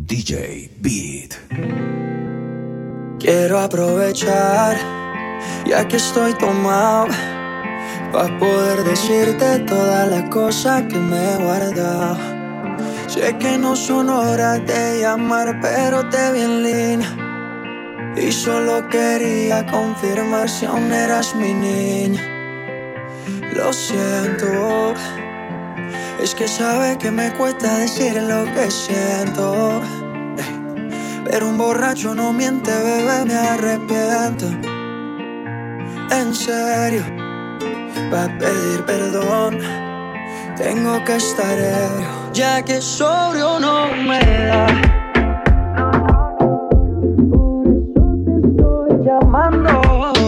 DJ Beat. Quiero aprovechar, ya que estoy tomado, pa' poder decirte todas las cosas que me he guardado. Sé que no son horas de llamar, pero te vi en línea y solo quería confirmar si aún eras mi niña. Lo siento, es que sabes que me cuesta decir lo que siento, pero un borracho no miente, bebé, me arrepiento. En serio, pa' pedir perdón tengo que estar ebrio, ya que sobrio no me da. Por eso te estoy llamando.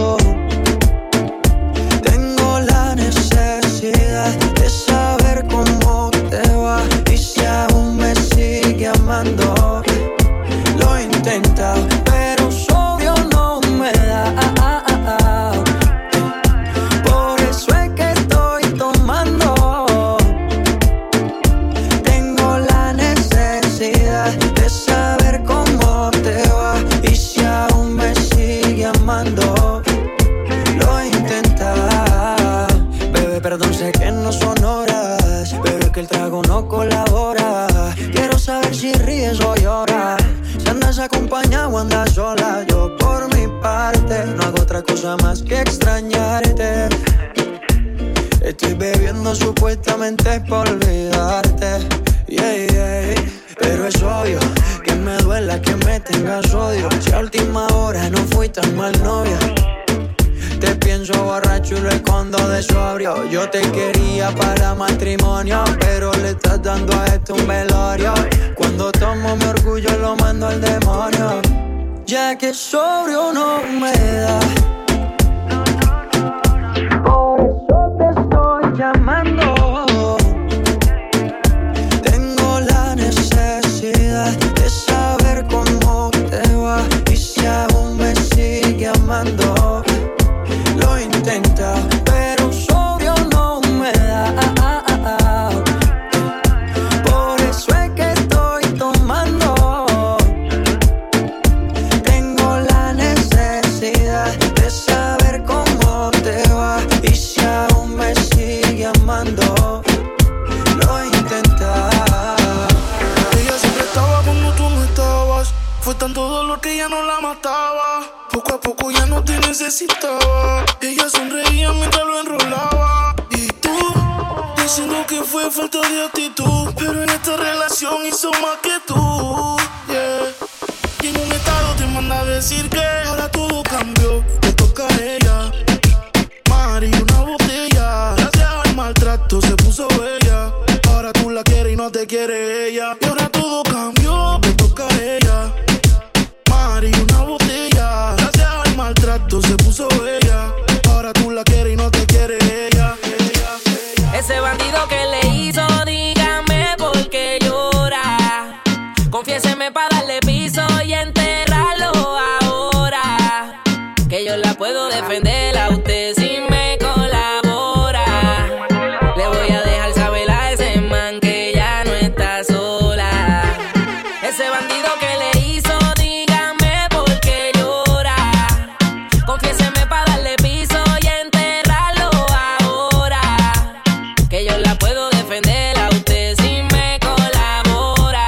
Tengo la necesidad de saber cómo te va y si aún me sigue amando. Lo he intentado, pero sobrio no me da. Por eso es que estoy tomando. Tengo la necesidad de saber cómo te va y si aún me sigue amando. Lo he intentado. Bebé, perdón, sé que no son horas, pero es que el trago no colabora. Quiero saber si ríes o lloras, si andas acompañado o andas sola. Yo por mi parte no hago otra cosa más que extrañarte. Estoy bebiendo supuestamente por olvidarte, pero es obvio que me duela que me tengas odio. Si a última hora no fui tan mal novia, te pienso borracho y lo escondo de sobrio. Yo te quería para matrimonio, pero le estás dando a esto un velorio. Cuando tomo mi orgullo lo mando al demonio, ya que sobrio no me da. Por eso te estoy llamando. Tengo la necesidad de saber cómo te va y si aún me sigue amando. Lo intenta, pero sobrio no me da. Por eso es que estoy tomando. Tengo la necesidad de saber cómo te va y si aún me sigue amando. Lo intenta. Ella siempre estaba cuando tú no estabas. Fue tanto dolor que ya no la mataba. Poco a poco ya no te necesitaba. Ella sonreía mientras lo enrolaba. Y tú, diciendo que fue falta de actitud, pero en esta relación hizo más que tú, yeah. Y en un estado te manda a decir que ahora todo cambió, le toca a ella. Mari, una botella. Gracias al maltrato se puso bella. Ahora tú la quieres y no te quiere ella. Y ahora todo cambió, le toca a ella. Mari, una botella. Gracias al maltrato se puso bella. Ahora tú la quieres y no te quiere ella. Ese bandido que le hizo, dígame por qué llora. Confiéseme para darle piso y enterrarlo ahora. Que yo la puedo defender a usted si me colabora. Le voy a dejar saber a ese man que ya no está sola. Ese bandido que le hizo, dígame por qué llora. Confiéseme para darle piso y enterrarlo ahora. Que yo la puedo defender a usted si me colabora.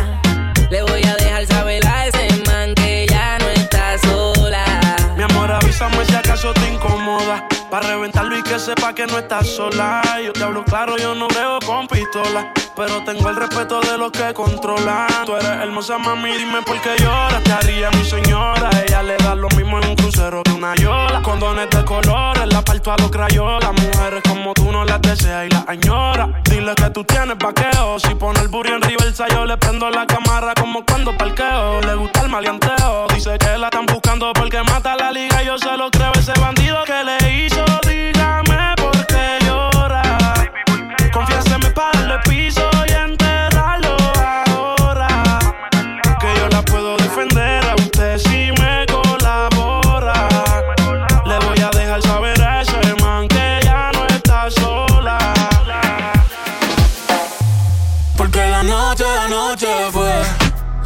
Le voy a dejar saber a ese man que ya no está sola. Mi amor, avísame si acaso te incomoda, para reventarlo y que sepa que no estás sola. Yo te hablo claro, yo no brego con pistola, pero tengo el respeto de los que controlan. Tú eres hermosa, mami, dime por qué lloras. Te haría mi señora, ella le da lo mismo en un crucero que una yola. Condones de colores, la parto a los crayolas. Mujeres como tú no las deseas y las añoras. Dile que tú tienes vaqueo, si pone el burro en reversa yo le prendo la cámara como cuando parqueo. Le gusta el maleanteo, dice que la están buscando porque mata la liga. Yo se lo creo, ese bandido que le hizo, dígame por qué llora. Confiéseme para darle piso y enterrarlo ahora. Que yo la puedo defender a usted si me colabora. Le voy a dejar saber a ese man que ya no está sola. Porque la noche fue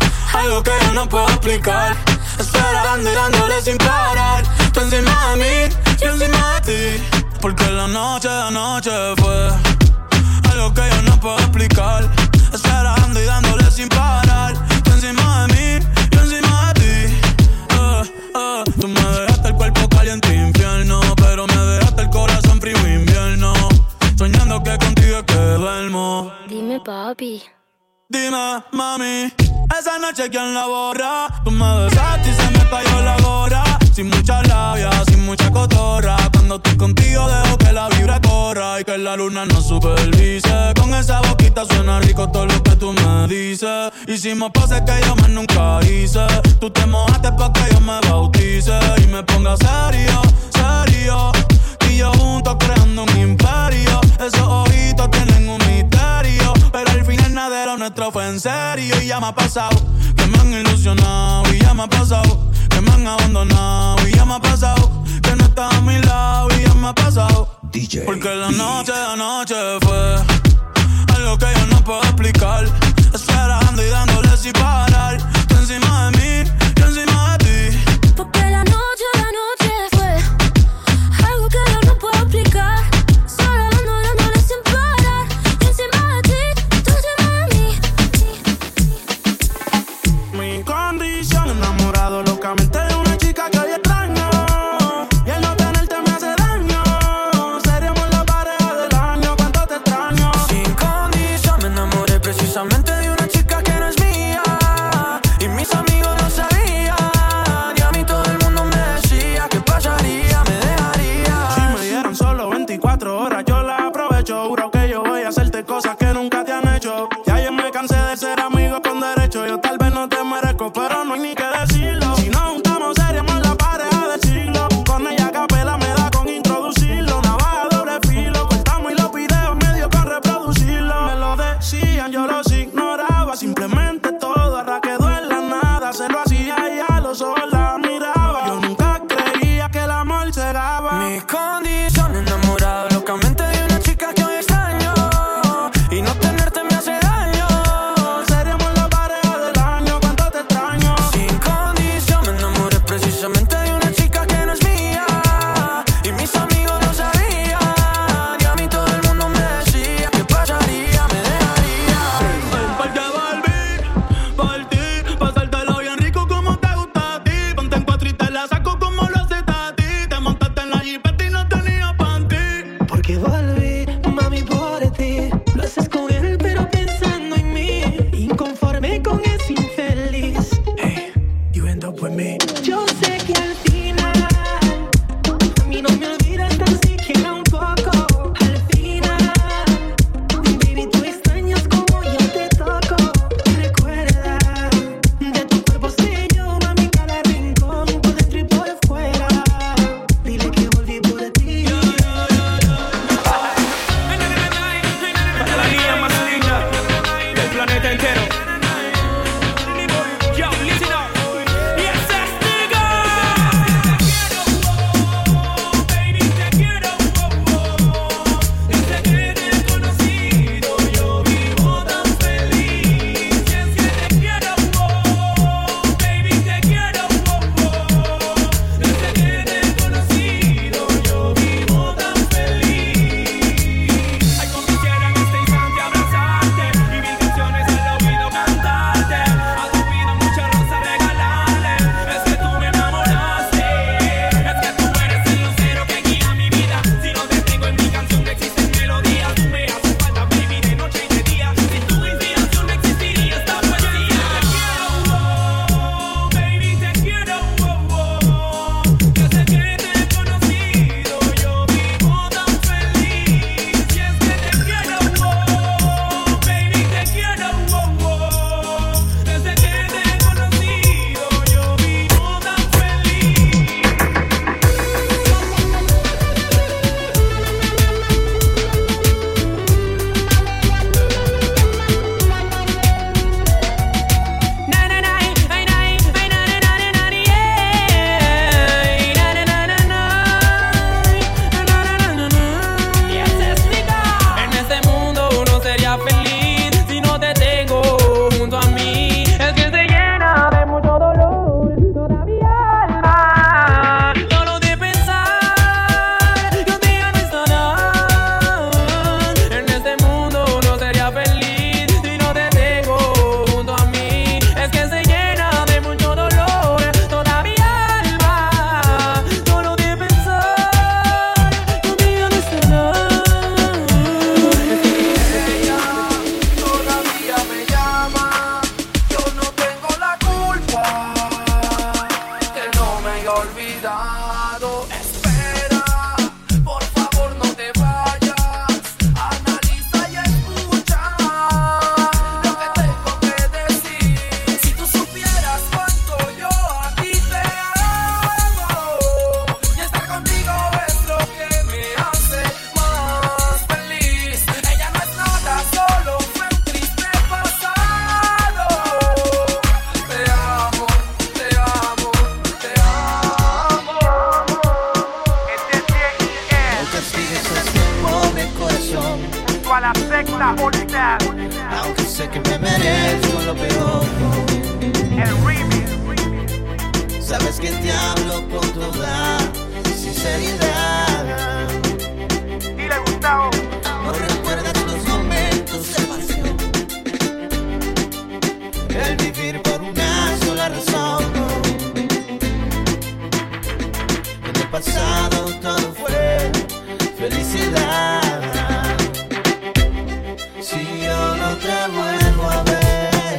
algo que yo no puedo explicar. Esperando y dándole sin parar. Tú encima de mí, yo encima de ti. Porque la noche fue algo que yo no puedo explicar. Esperando y dándole sin parar. Tú encima de mí, yo encima de ti. Tú me dejaste el cuerpo caliente infierno, pero me dejaste el corazón frío invierno. Soñando que contigo es que duermo. Dime, papi. Dime, mami, esa noche ¿quién la borra? Tú me besaste y se me cayó la gorra. Sin mucha labia, sin mucha cotorra. Cuando estoy contigo dejo que la vibra corra y que la luna nos supervise. Con esa boquita suena rico todo lo que tú me dices. Hicimos poses que yo más nunca hice. Tú te mojaste pa' que yo me bautice y me ponga serio, serio. Y yo juntos creando un imperio. Esos ojitos tienen un misterio, pero al final nada de lo nuestro fue en serio. Y ya me ha pasado que me han ilusionado. Y ya me ha pasado que me han abandonado. Y ya me ha pasado que no estás a mi lado. Y ya me ha pasado DJ porque la noche fue algo que yo no puedo explicar. Esperando y dándole sin parar. Tú encima de mí, yo encima de ti. Porque la noche fue algo que yo no puedo explicar. Solo dándole sin parar. Yo encima de ti, tú encima de mí. Mi condición, enamorado locamente de una chica que hoy extraño. Y el no tenerte me hace daño. Seríamos la pareja del año, cuánto te extraño. Sin condición me enamoré precisamente de una chica que no es mía. Y mis amigos no sabían. Y a mí todo el mundo me decía que pasaría, me dejaría. Si me dieran solo 24 horas yo las aprovecho. Juro que yo voy a hacerte cosas que nunca te han hecho. Ya yo me cansé de ser amigo con derecho. Yo tal vez no te merezco, pero no hay ni que decirlo. Si nos juntamos seríamos la pareja del siglo. Con ella a capela me da con introducirlo. Navaja doble filo, cortamos y los videos medio con reproducirlo. Me lo decían, yo los ignoraba. Simplemente todo hará que duela nada. Se lo hacía y a los ojos la miraba. Yo nunca creía que el amor cegaba. Mi condición, enamorado locamente de una chica que hoy extraño. Y no tenerte me hace daño. Seríamos la pareja del año, cuánto te extraño. Sin la razón. En el pasado todo fue felicidad. Si yo no te vuelvo a ver,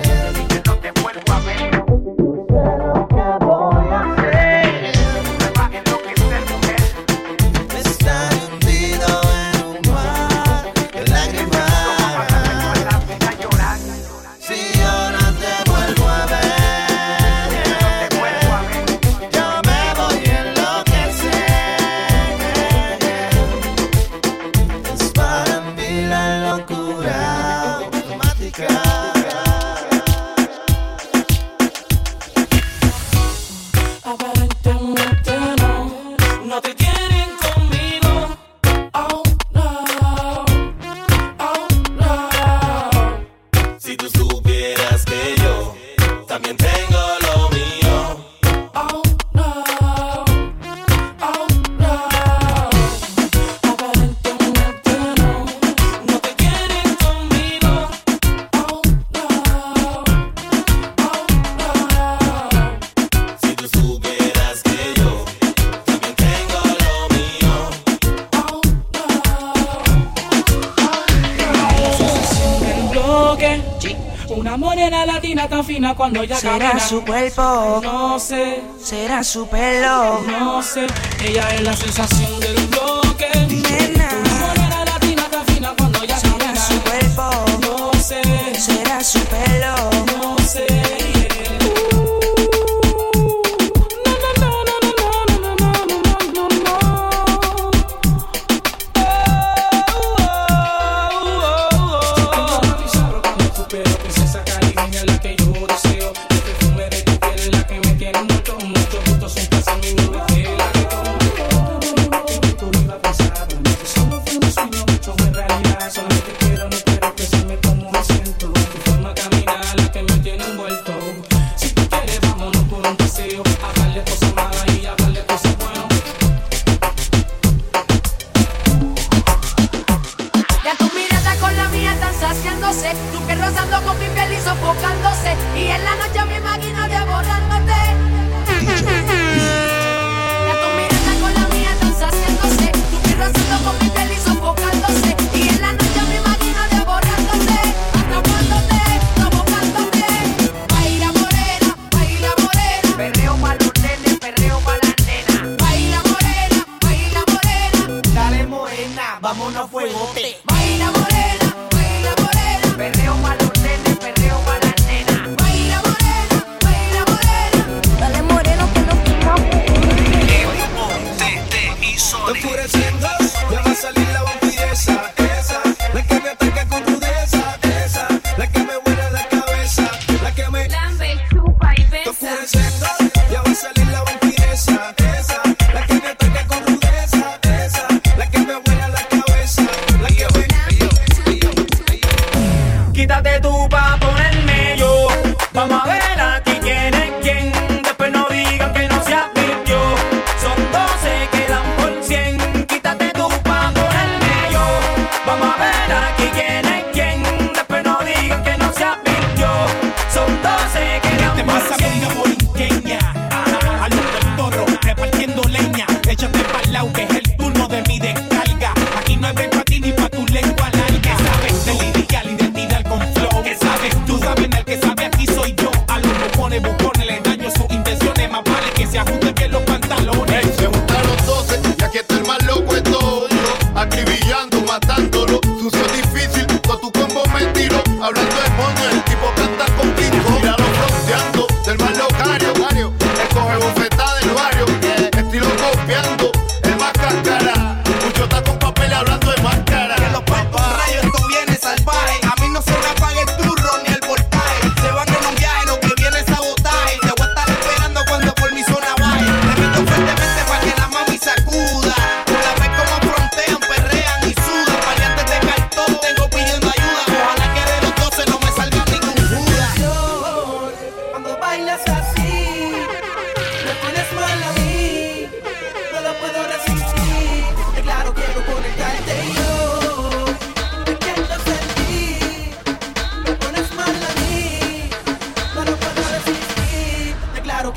cuando ella será camina. Su cuerpo, no sé, será su pelo, no sé, ella es la sensación del bloque. Nena, tu morena latina tan fina cuando ella será camina. Su cuerpo, no sé, será su pelo, no sé.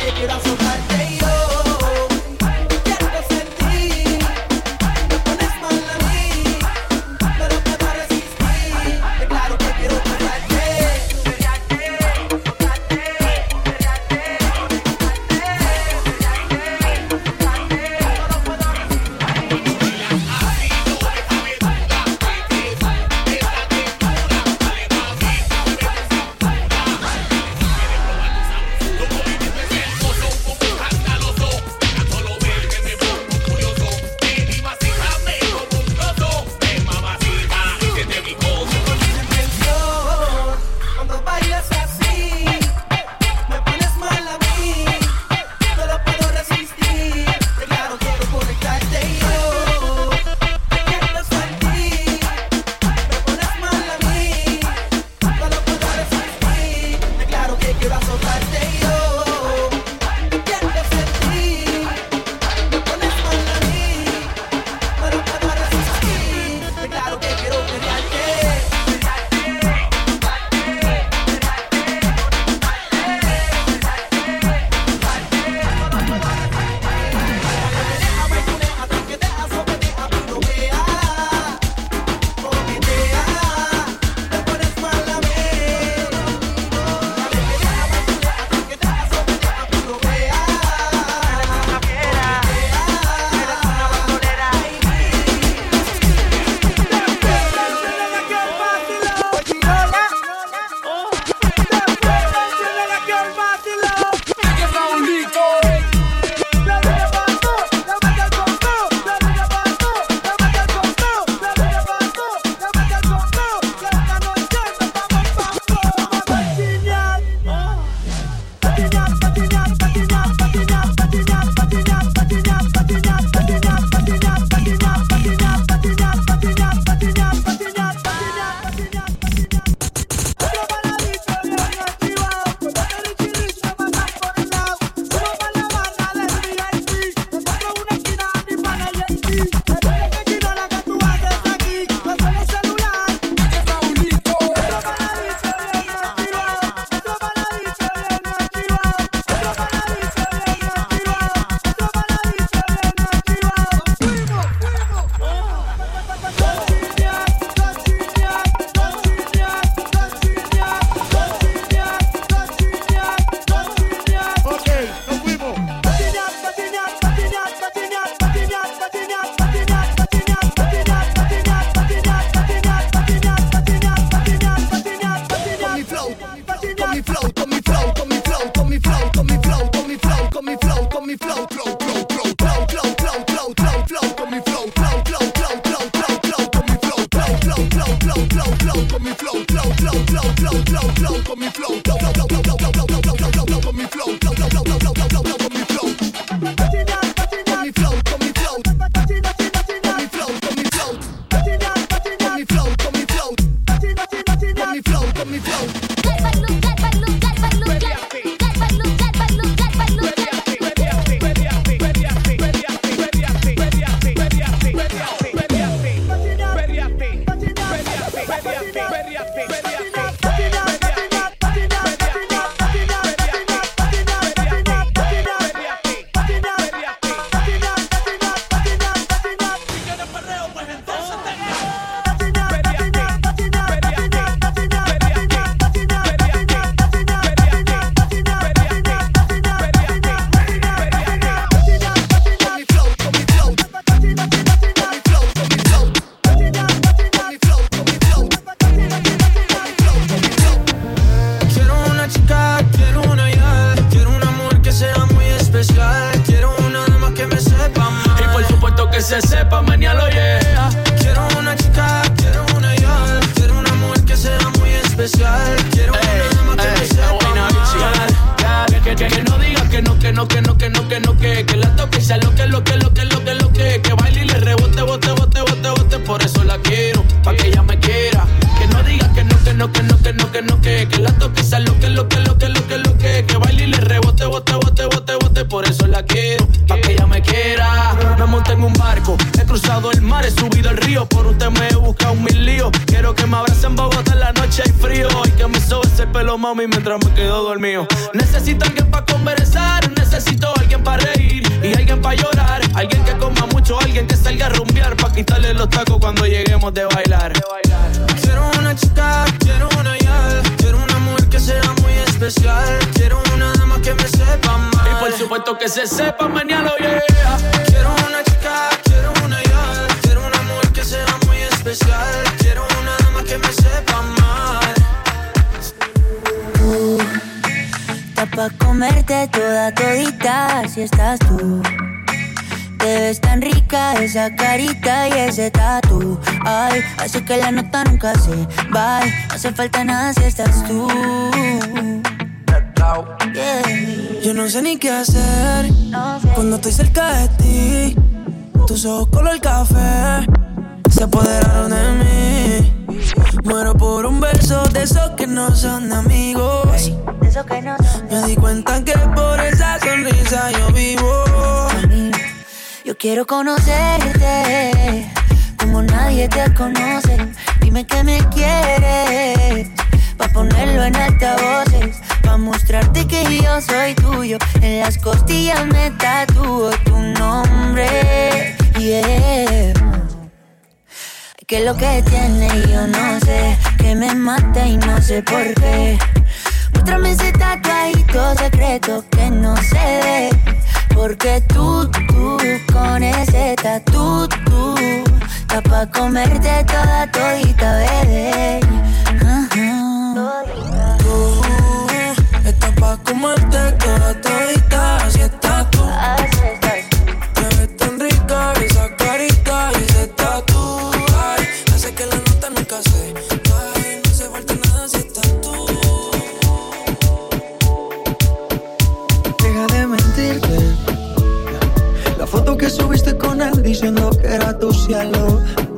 se sepa, mañana lo yeah. Quiero una chica, quiero una ya. Quiero una mujer que sea muy especial. Quiero una dama que me sepa que no diga que no, que la toque y sea lo que baile y le rebote, bote, por eso la quiero, pa' que ella me quiera. Que no diga que la toque y sea lo que baile y le rebote, bote, por eso la quiero, pa' que ella me quiera. Me monté en un barco, he cruzado el mar, he subido el río, por usted me he buscado 1000 líos. Quiero que me abracen en Bogotá en la noche hay frío y que me sobe ese pelo Dímelo, mami, mientras me quedo dormido. Necesito alguien para conversar, necesito alguien para reír y alguien para llorar. Alguien que coma mucho, alguien que salga a rumbear, pa' quitarle los tacos cuando lleguemos de bailar. Quiero una chica, quiero una yal, quiero una mujer que sea muy especial. Quiero una dama que me sepa mal. Y por supuesto que se sepa mañana, yeah. Quiero una chica, quiero una yal, quiero una mujer que sea muy especial. Quiero una dama que me sepa mal. Está pa' comerte toda todita si estás tú. Te ves tan rica esa carita y ese tatu. Ay, hace que la nota nunca se vaya. No hace falta nada si estás tú. Yeah. Yo no sé ni qué hacer cuando estoy cerca de ti. Tus ojos color café se apoderaron de mí. Muero por un beso de esos que no son amigos. De esos que no son. Me di cuenta que por esa sonrisa yo vivo. Yo quiero conocerte como nadie te conoce. Dime que me quieres pa' ponerlo en altavoces, pa' mostrarte que yo soy tuyo. En las costillas me tatúo tu nombre. Yeah. ¿Qué es lo que tiene? Yo no sé. Que me mata y no sé por qué. Muéstrame ese tatuajito secreto que no se ve. Porque tú, con ese tatu, está pa' comerte toda todita, bebé. Tú, estás pa' comerte toda todita, así estás tú. Te ves tan rica esa carita y ese tatu. Ay, hace que la nota nunca se vaya. No hace falta nada si estás tú. Deja de mentirte. La foto que subiste con él diciendo que era tu cielo.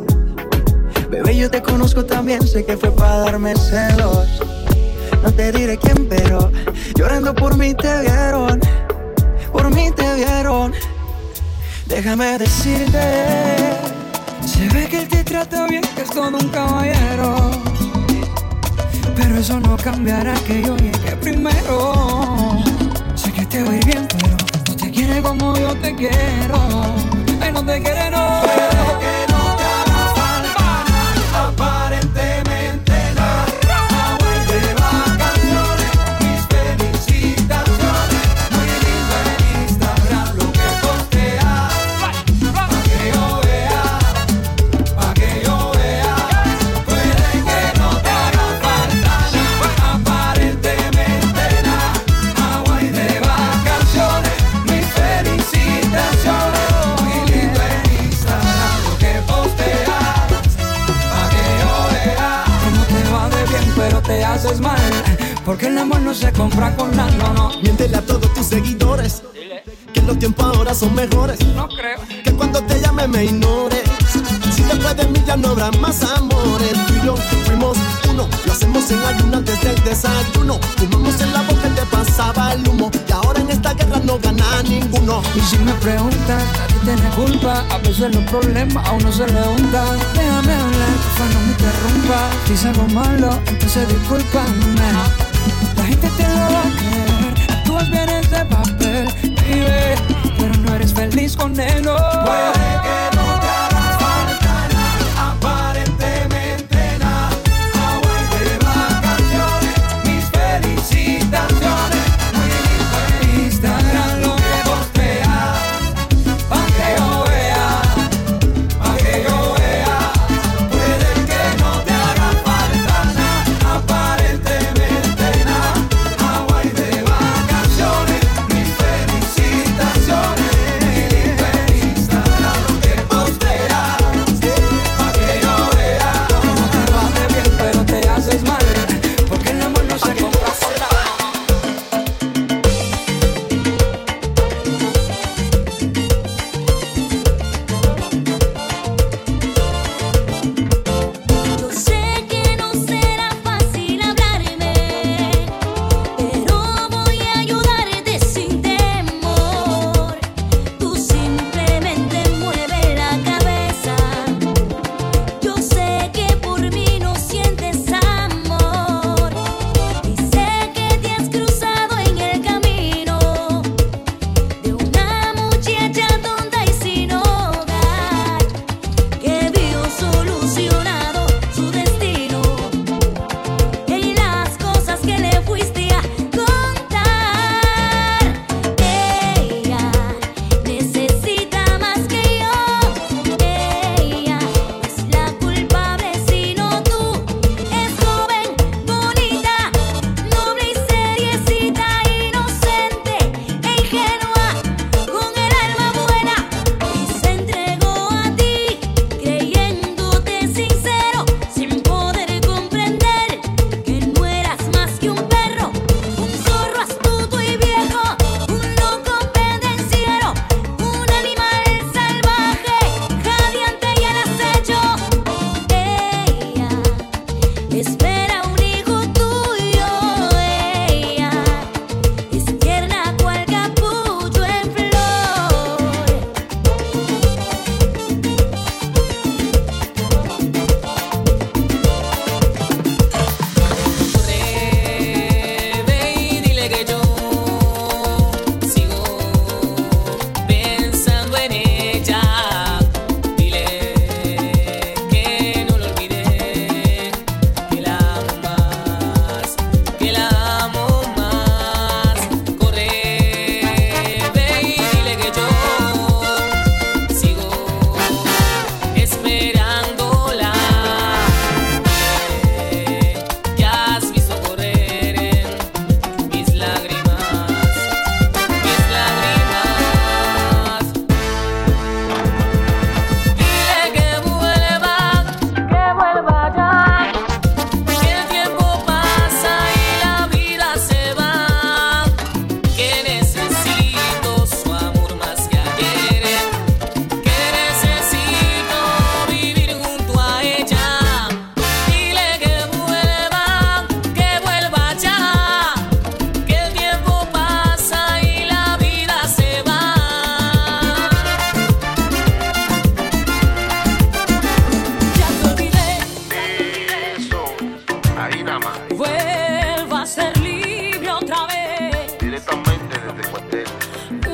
Bebé, yo te conozco también, sé que fue para darme celos. No te diré quién, pero llorando por mí te vieron. Por mí te vieron. Déjame decirte, se ve que él te trata bien, que es todo un caballero. Pero eso no cambiará que yo llegué primero. Sé que te va a ir bien, pero no te quiere como yo te quiero. Él no te quiere, no. Puede que no te haga falta aparentemente nada. Agua y de vacaciones, mis felicitaciones. Muy lindo en Instagram lo que posteas. Pa' que yo vea, pa' que yo vea. Puede que no te haga falta nada aparentemente nada. Agua y de vacaciones, mis felicitaciones. Muy lindo en Instagram lo que posteas. Pa' que yo vea cómo te va de bien pero te haces mal. Porque el amor no se compra con nada, no. Miéntele a todos tus seguidores que los tiempos ahora son mejores. No creo. Que cuando te llame me ignores. Si después de mí ya no habrá más amores. Tú y yo fuimos uno. Lo hacemos en ayuno antes del desayuno. Fumamos en la boca y te pasaba el humo. Y ahora en esta guerra no gana ninguno. Y si me preguntas, nadie tiene culpa. A veces los problemas a uno se le hundan. Déjame hablar, porfa, no me interrumpas. Si hice algo malo, entonces discúlpame. La gente te lo va a creer. Actúas bien ese papel, vive, pero no eres feliz con él, no. Puede que no te haga falta nada, aparentemente nada. Agua y de vacaciones, mis felicitaciones. Muy lindo en Instagram lo que posteas. Pa' que yo vea, pa' que yo vea. Puede que no te haga falta nada, aparentemente nada. Agua y de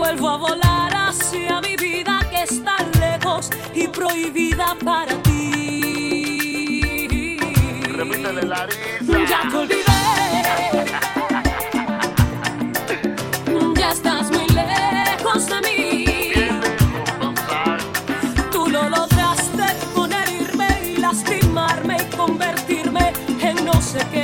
vuelvo a volar hacia mi vida que está lejos y prohibida para ti. Repítele, Larisa. Ya te olvidé, ya estás muy lejos de mí. Tú lo lograste con herirme y lastimarme y convertirme en no sé qué.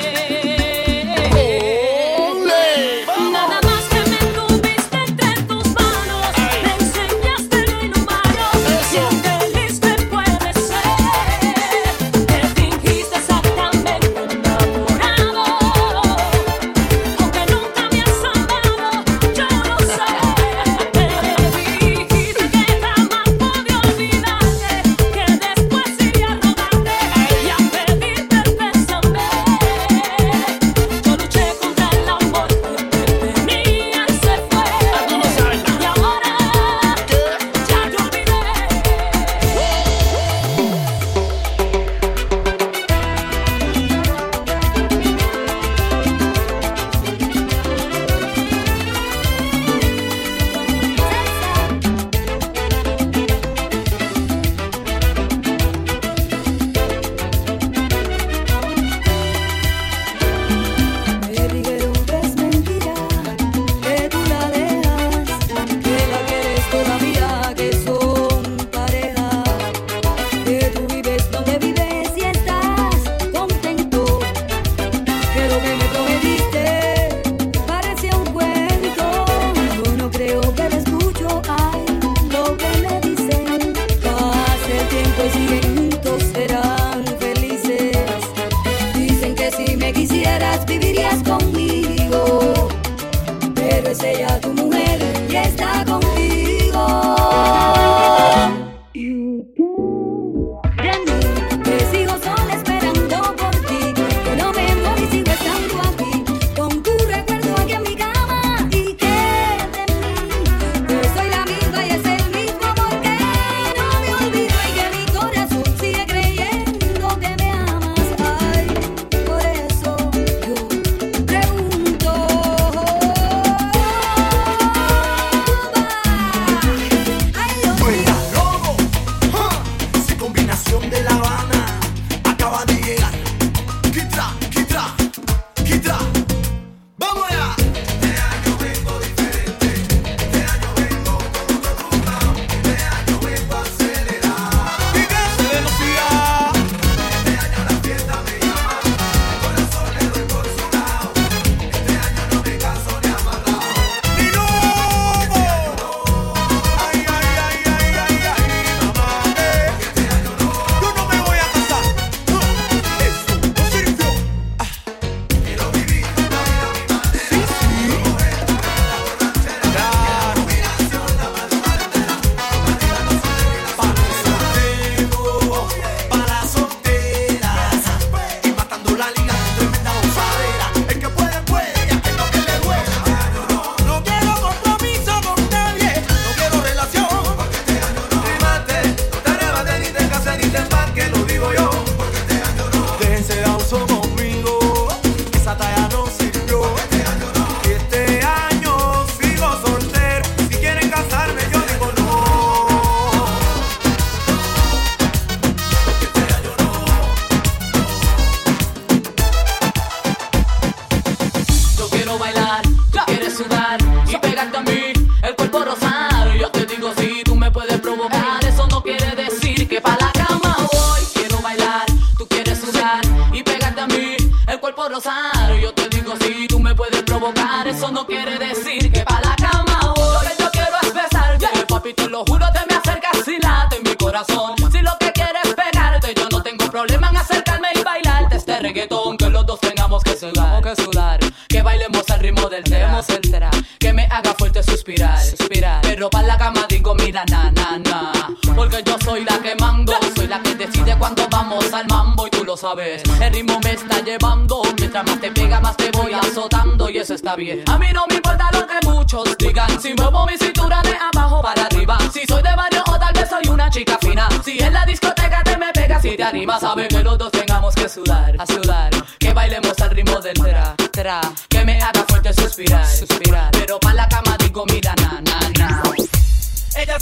Yo te digo si tú me puedes provocar, eso no quiere decir que pa' la cama voy. Lo que yo quiero es besarte, papi, te lo juro, te me acercas y late mi corazón. Si lo que quieres es pegarte, yo no tengo problema en acercarme y bailarte este reggaetón, que los dos tengamos que sudar, que bailemos al ritmo del tema, que me haga fuerte suspirar, pero pa' la cama digo mira na na na, porque yo soy la que mando, soy la que decide cuando vamos al mambo y tú lo sabes, el ritmo me está llevando, mientras más te pega más te voy azotando y eso está bien. A mí no me importa lo que muchos digan, si muevo mi cintura de abajo para arriba, si soy de barrio o tal vez soy una chica fina, si en la discoteca te me pegas y te animas, sabes que los dos tengamos que sudar, que bailemos al ritmo del tra, que me haga fuerte suspirar, pero pa' la cama digo mira na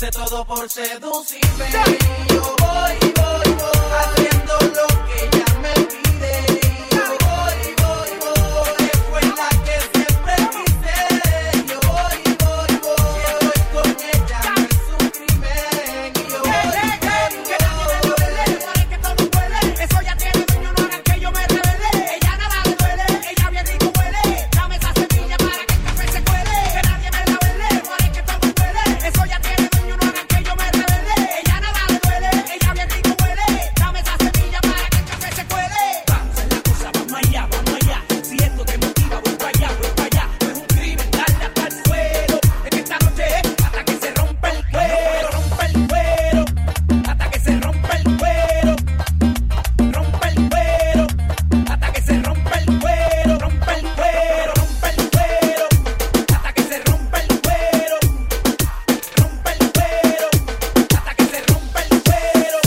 hace todo por seducirme. Yo voy, haciendo lo que ella me pide. Yo voy, que fue la que siempre quise. Yo voy, si estoy con ella no es un crimen. Y yo voy, que nadie me duele, por el que todo duele. Eso ya tiene dueño, no hagan que yo me revele. Ella nada le duele, ella bien rico huele. Dame esa semilla para que el café se cuele. Que nadie me la vele, por el que todo duele. Eso ya tiene dueño, no hagan que yo me revele. Ella nada le duele, ella bien rico huele. Dame esa semilla para que el café se cuele. Vamos en la cosa, vamos allá, vamos allá. Si esto te motiva, voy para allá, voy para allá. No es un crimen, dale hasta el suelo. Es que esta noche es hasta que se rompa el cuero, rompa el cuero. Hasta que se rompa el cuero, rompa el cuero. Hasta que se rompa el cuero, rompa el cuero, rompa el cuero. Hasta que se rompa el cuero, rompa el cuero. Hasta que se rompa el cuero.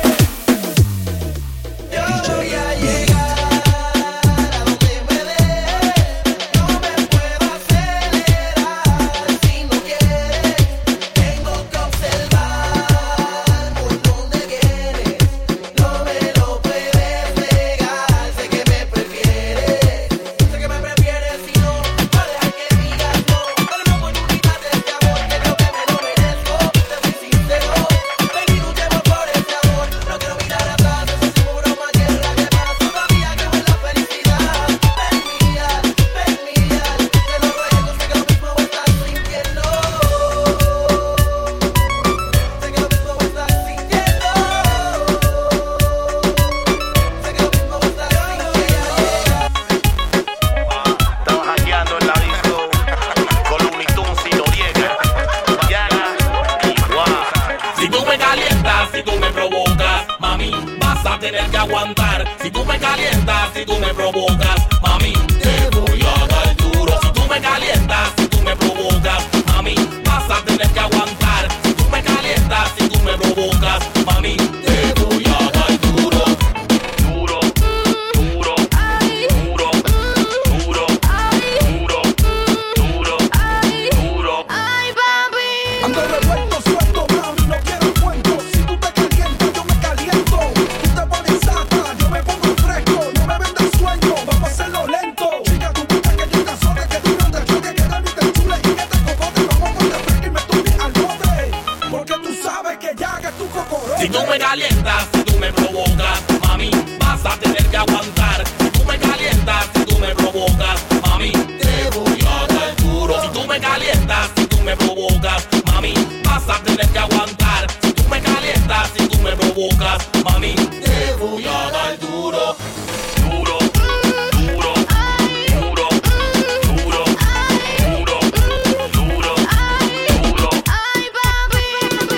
Yo voy a llegar a donde me dé. No me puedo acelerar si no quieres. Tengo que observar por donde quieres. No me lo puedes negar. Sé que me prefieres. Sé que me prefieres si no va a dejar que digas no. Dale una oportunidad de este amor que creo que me lo merezco. Te soy sincero. Ven y luchemos por este amor. No quiero mirar atrás. Eso sí fue broma que es la que más. Todavía creo en la felicidad. Ven mía, te lo ruego. Sé que lo mismo estás sintiendo. Sé que lo mismo estás sintiendo. Sé que lo mismo estás sintiendo. Estaba jangueando en la disco con Looney Tunes y Noriega, Yaga y Guá. Si tú me calientas, si tú me provocas, mami, vas a tener que aguantar. Si tú me calientas, si tú me provocas, mami, te voy a dar duro. Si tú me calientas, si tú me provocas, mami, vas a tener que aguantar. Si tú me calientas, si tú me provocas, mami, te voy a dar duro. Duro, duro, duro, duro, duro, duro, duro. Ay, papi. Ando revuelto, suelto, brown y no quiero cuentos. Si tú te calientas, yo me caliento. Tú te pones sata, yo me pongo fresco. No me vendas sueño, vamos a hacerlo lento. Chica, tu puta que linda sola, que dura de choque, que da mi chule y que te cocote. Vamos a ponerte fresco y me tumbe al bote. Porque tú sabes que ya que tu cocoro. Si tú me calientas, si tú me provocas, mami, vas a tener que aguantar. Si tú me calientas, si tú me provocas, mami, te voy a dar duro. Si tú me calientas, si tú me provocas, mami, vas a tener que aguantar. Si tú me calientas, si tú me provocas, mami, te voy a dar duro. Duro, duro, duro, duro, duro, duro, duro. Ay, papi.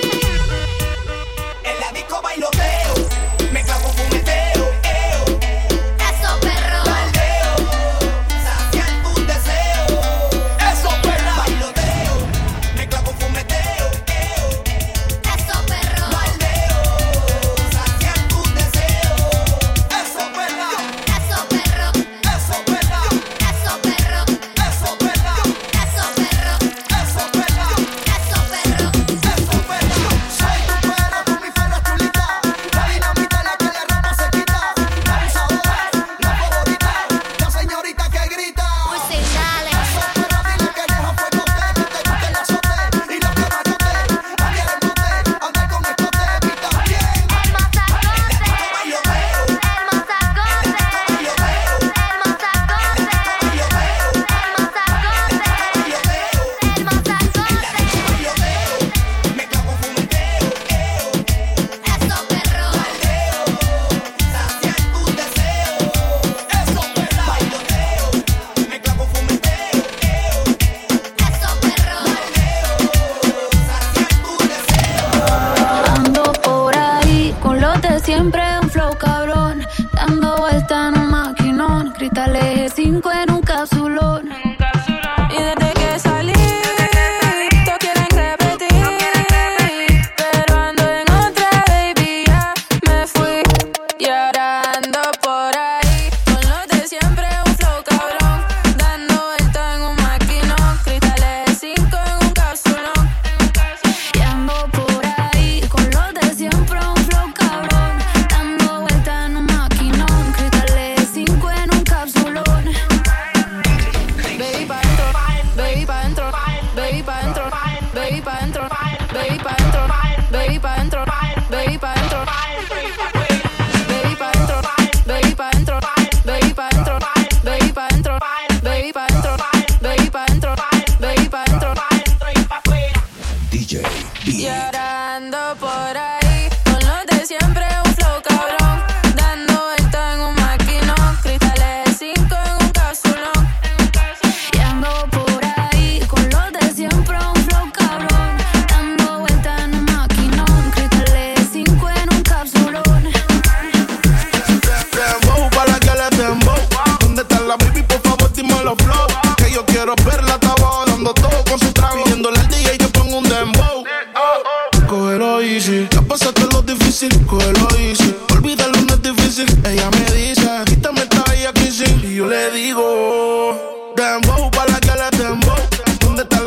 En la disco bailoteo, me clavo fumeteo, Eso, perro. baldeo, saciar tus deseos. Eso, perra. Bailoteo, me clavo fumeteo, Eso, perro. baldeo, saciar tus deseos. Eso, perra. Eso, perro. Eso, perra. Eso, perro. Eso, perra. Eso, perro. Eso, perra. Eso, perro. Eso, perra. Soy tu perro, tú mi perra chulita. La dinamita la que le ropa se quita. La abusadora, la favorita, la señorita que grita. Pues sí, dale. Eso, perra, dile que deja fuego te guste el azote y lo que mayote. Ande al mote, ande con escote, pita bien. El mazacote. Bailoteo, El mazacote. bailoteo, El mazacote. bailoteo, El mazacote. bailoteo, El mazacote. bailoteo. Me clavo fumeteo, Eso, perro. saciar tus deseos. Eso, perra. Bailoteo, me clavo fumeteo, Eso, perro. saciar tus deseos. Ando por ahí con los de siempre, un flow cabrón. Dando vuelta en un maquinón. Cristales 5 en un capsulón. Y desde que salí, todos quieren repetir. Pero ando en otra, baby, ya me fui. Y ahora ando por ahí con los de siempre, un flow cabrón. Dando vuelta en un maquinón. Cristales 5 en un capsulón. Y ando por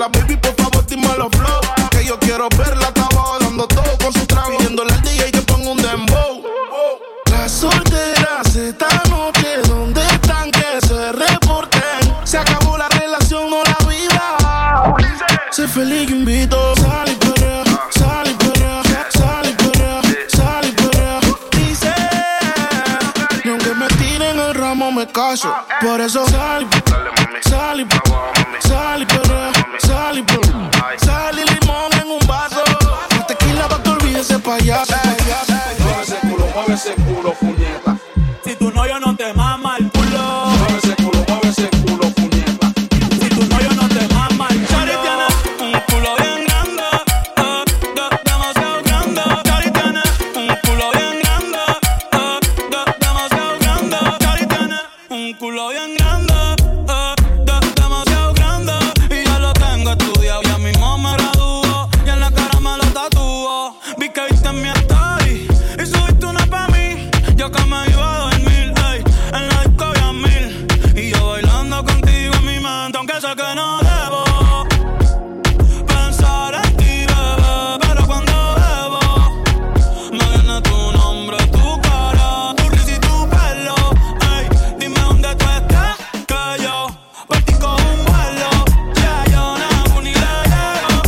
la baby, por favor, dime los flow. Que yo quiero verla, está abajo dando todo con su trago. Pidiéndole al DJ que ponga un dembow. Las solteras esta noche, ¿dónde están? Que se reporten. Se acabó la relación, no la vida. Sé feliz, yo invito. Sal y perrea, sal y perrea, sal y perrea, sal y perrea. Dice, y aunque me tiren el ramo me caso. Por eso sal y perrea, sal y perrea, sal y perrea. Sal y limón en un vaso. La tequila pa' que olvides ese payaso. Mueve ese culo, puñeta. Si tu novio no te mama el culo, mueve ese culo, puñeta. Si tu novio no te mama el culo, Chari tiene un culo bien grande, demasiado grande. Chari tiene un culo bien grande, demasiado grande. Chari tiene un culo bien grande, demasiado grande. Y yo lo tengo estudiado, ya mismo me graduó y en la cara me lo tatuó. Vi que viste en mi story y subiste una pa' mí. Yo que me iba a dormir, ey, en la disco había 1000. Y yo bailando contigo en mi mente, aunque sé que no debo pensar en ti, bebé. Pero cuando bebo, me viene tu nombre, tu cara, tu risa y tu pelo. Ey, dime dónde tú estás, que yo por ti cojo un vuelo. Ya yo no ni le llego.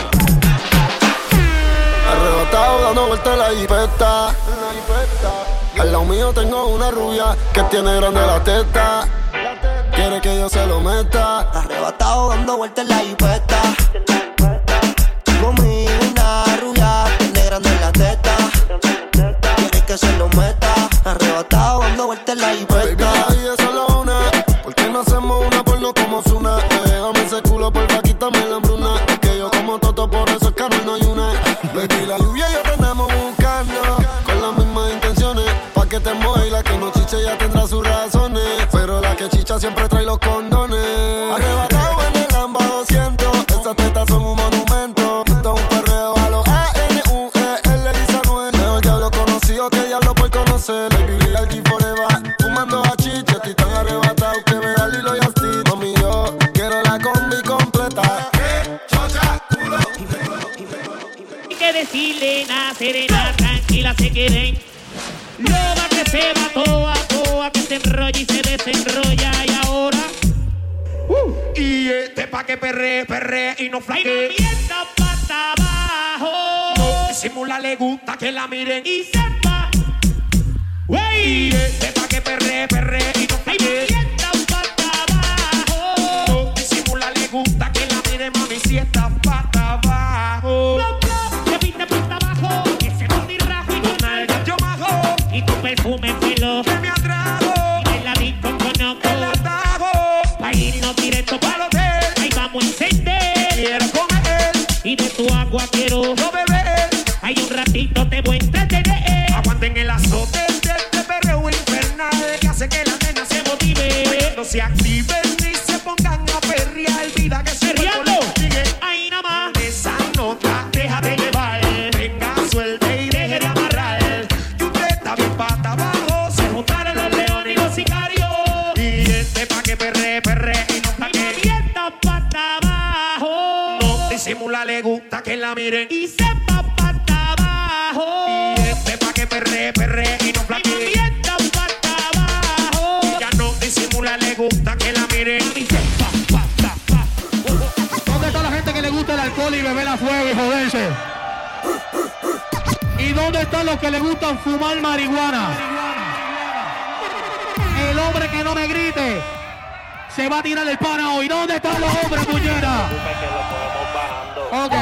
Arrebatado dando vueltas en la jipeta. Al lado mío tengo una rubia que tiene grande la teta. Quiere que yo se lo meta. Arrebatado dando vueltas en la jipeta. Conmigo una rubia tiene grande la teta. Quiere que se lo meta. Arrebatado dando vueltas en la jipeta. Baby, la vida es solo una. ¿Por qué no hacemos una porno como Zuna? Déjame ese culo, porfa, quítame la hambruna. Es que yo como toto, por eso es que no hay una. Baby, la lluvia y yo te andamos buscando con las mismas intenciones. Pa' que te moje y la que no chiche ya tendrá sus razones. Pero la que chicha siempre trae los condones. Arrebatado en el Lamba 200. Esas tetas son un monumento. Esto es un perreo a los A-N-U-E-L Lisa Noel. Mejor diablo conocido que diablo por conocer. Baby, aquí forever, fumando hachiche. Estoy tan arrebatado que me da Lilo y Asti. Mami, yo quiero la combi completa. Que decirle nada, serena, tranquila, se queden. Loba que se va toa, que se enrolla y se desenrolla. Y ahora y este pa' que perre y no flaque. Y no pata abajo. No disimula, le gusta que la miren y sepa. Y este pa' que perre y no flaque. Y pata abajo. No disimula, le gusta que la miren, mami, si está pata abajo. Y tu perfume fue lo que me atrajo. Y en la disco conozco el atajo. Pa' irnos directo pa'l hotel. Ahí vamos a encender. Quiero comer. Y de tu agua quiero no beber. Ahí un ratito te voy a entretener. Aguanten el azote del perreo infernal que hace que la nena se motive. No se activen ni se pongan a perrear. Vida que se sigue. Ahí nada más. Esa nota, déjate llevar. Venga, suelte y deje de amarrar. Pata abajo, se juntaron los leones y los sicarios. Y este pa' que perre y no flaque. Y esta pata abajo. No disimula, le gusta que la miren. Y sepa pata abajo. Y este pa' que perre y no flaque. Y esta pata abajo. Ya no disimula, le gusta que la miren. Y sepa pata abajo. ¿Dónde está la gente que le gusta el alcohol y beber a fuego y joderse? ¿Y dónde están los que le gustan fumar marihuana? El hombre que no me grite se va a tirar el pana hoy. ¿Dónde están los hombres, puñera? Ok.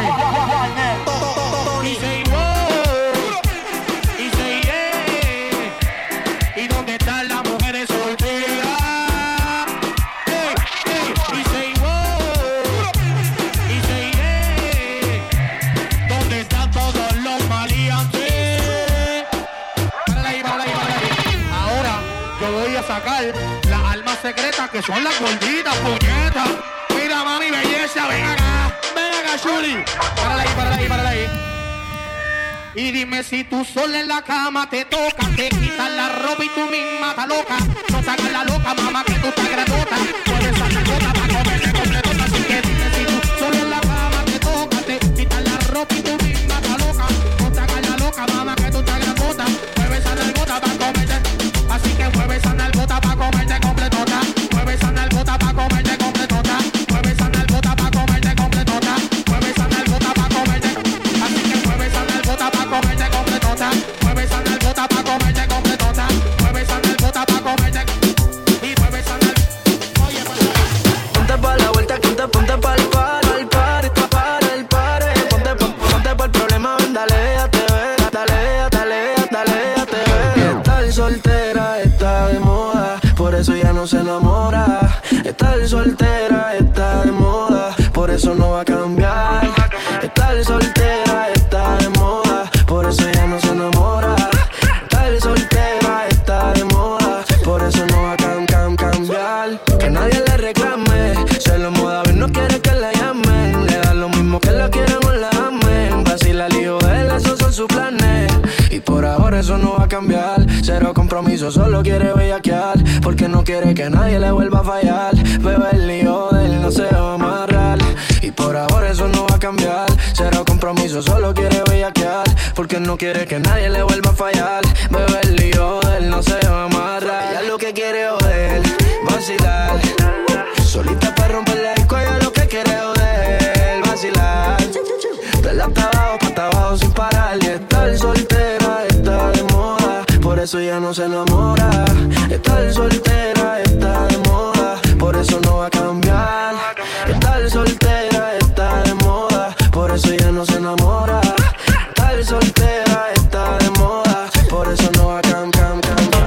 Y say wow, y say yeah. ¿Y dónde están las mujeres solteras? Hey, hey. Y say wow, y say yeah. ¿Dónde están todos los maleantes? Para ahí. Ahora yo voy a sacar las almas secretas que son las gorditas, puñetas. Mira, mami, belleza, ven acá, Shuli. Párala ahí. Y dime si tú sola en la cama te toca, te quitas la ropa y tú misma estás loca. No saques la loca, mamá, que tú estás grandota. Puedes sacar gota para comerte completota. Así que dime si tú sola en eso ya no se enamora. Estar soltera está de moda, por eso no va a cambiar. Estar soltera está de moda, por eso ya no se enamora. Estar soltera está de moda, por eso no va a cambiar. Que nadie le reclame, se lo moda, ver, no quiere que la llamen. Le da lo mismo que la quieran o la amen. Vacila el hijo de él, esos son sus planes. Y por ahora eso no va a cambiar. Cero compromiso, solo quiere bellaquear, porque no quiere que nadie le vuelva a fallar. Bebé, el lío de él no se va a amarrar. Y por ahora eso no va a cambiar. Cero compromiso, solo quiere bellaquear, porque no quiere que nadie le vuelva a fallar. Bebé, el lío de él no se va a amarrar. Ella lo que quiere joder, vacilar. Solita para romper la disco, ella lo que quiere joder, vacilar. Dale hasta abajo sin parar. Y estar soltera está de moda, por eso ya no se enamora. Estar soltera está de moda, por eso no va a cambiar. Estar soltera está de moda, por eso ya no se enamora. Estar soltera está de moda, por eso no va a cambiar.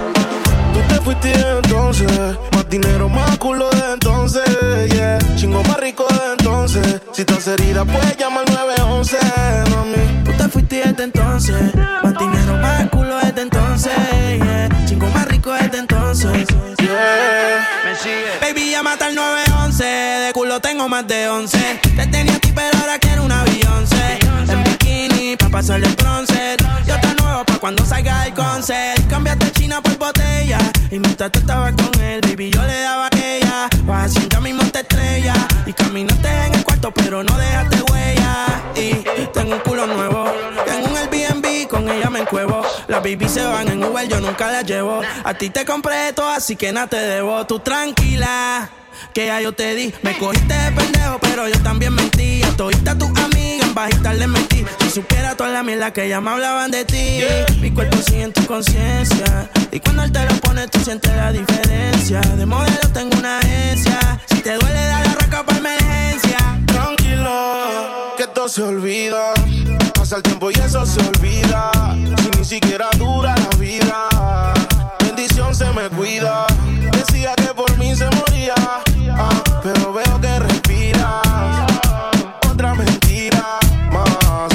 Tú te fuiste entonces, más dinero, más culo de entonces, yeah. Chingo más rico de entonces. Si estás herida, puedes llamar 911, mami. Tú te fuiste desde entonces, más dinero, más culo desde entonces, yeah. Chingo más rico desde entonces, yeah. Me sigue. Baby, llámate al 911, de culo tengo más de 11. Te tenía a ti, pero ahora quiero una Beyoncé. En bikini, pa' pasarle el bronce. Yo te nuevo pa' cuando salga el concert. Cambiaste China por botella, y mientras tú estabas con él, baby, yo le daba aquella. Vas haciendo ya mismo te estrella, y caminaste en el cuarto, pero no dejaste huella. Y tengo un culo nuevo, tengo un Airbnb, con ella me encuevo. Las baby se van en Uber, yo nunca las llevo. A ti te compré todo, así que nada te debo. Tú tranquila, que ya yo te di. Me cogiste de pendejo, pero yo también mentí. A todita tus amigas en bajita le mentí. Si supiera toda la mierda que ya me hablaban de ti, yeah. Mi cuerpo sigue en tu conciencia, y cuando él te lo pone tú sientes la diferencia. De modelo tengo una agencia, si te duele da la raca pa' emergencia. Tranquila, que esto se olvida. Pasa el tiempo y eso se olvida. Si ni siquiera dura la vida, bendición se me cuida. Decía que por mí se moría, pero veo que respiras. Otra mentira más.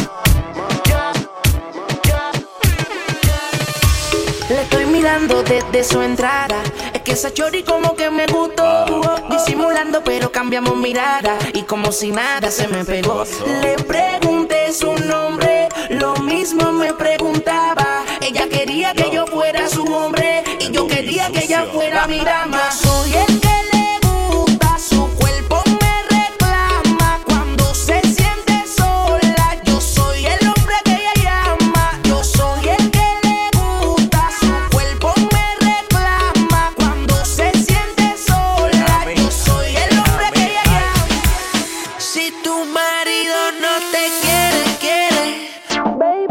Le estoy mirando desde su entrada. Es que esa chori como que me gustó. Disimulando pero cambiamos mirada, y como si nada se me pegó. Le pregunté su nombre, lo mismo me preguntaba. Ella quería que yo fuera su hombre, y yo quería que ella fuera mi dama. Yo soy el que le gusta, su cuerpo me reclama. Cuando se siente sola, yo soy el hombre que ella llama. Yo soy el que le gusta, su cuerpo me reclama. Cuando se siente sola, yo soy el hombre que ella llama. Si tu marido no te quiere, baby,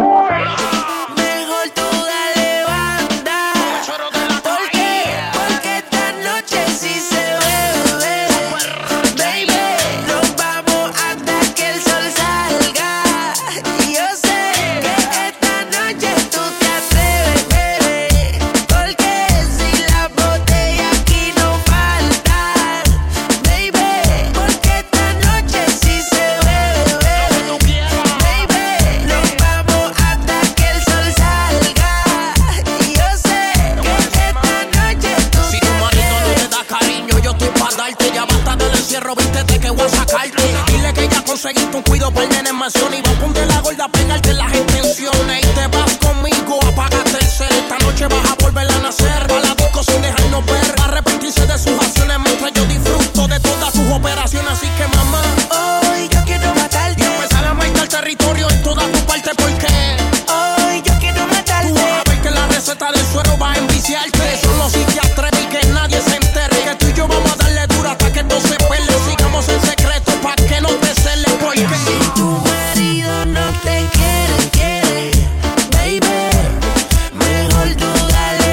mejor tú dale banda. ¿Por qué? Porque esta noche sí se bebe, baby. Nos vamos hasta que el sol salga. Y yo sé que esta noche tú te atreves, bebé, porque si la botella aquí no falta, baby. Porque esta noche sí se bebe, baby. Nos vamos hasta que el sol salga. Y yo sé que esta noche tú Si tu marido no te da cariño, yo estoy pa' darte. Ya basta del encierro, vístete que voy a sacarte. Dile que ya conseguiste un cuido para el nene en mansión, y va a ponte la gorda a pegarte las extensiones. Y te vas conmigo, apagaste el cel. Esta noche vas a volver a nacer. Pa' la disco sin dejarnos ver, va a arrepentirse de sus acciones, mientras yo disfruto de todas sus operaciones. Así que mamá, hoy yo quiero matarte. y empezar a marcar territorio en toda tu parte, porque Hoy yo quiero matarte. tú vas a ver que la receta del suero va a enviciarte. Solo si te atreves y que nadie se entere, que tú y yo vamos a darle duro hasta que esto se pele. Sigamos en secreto pa' que no te cele, porque Si tu marido no te quiere, baby, mejor tú dale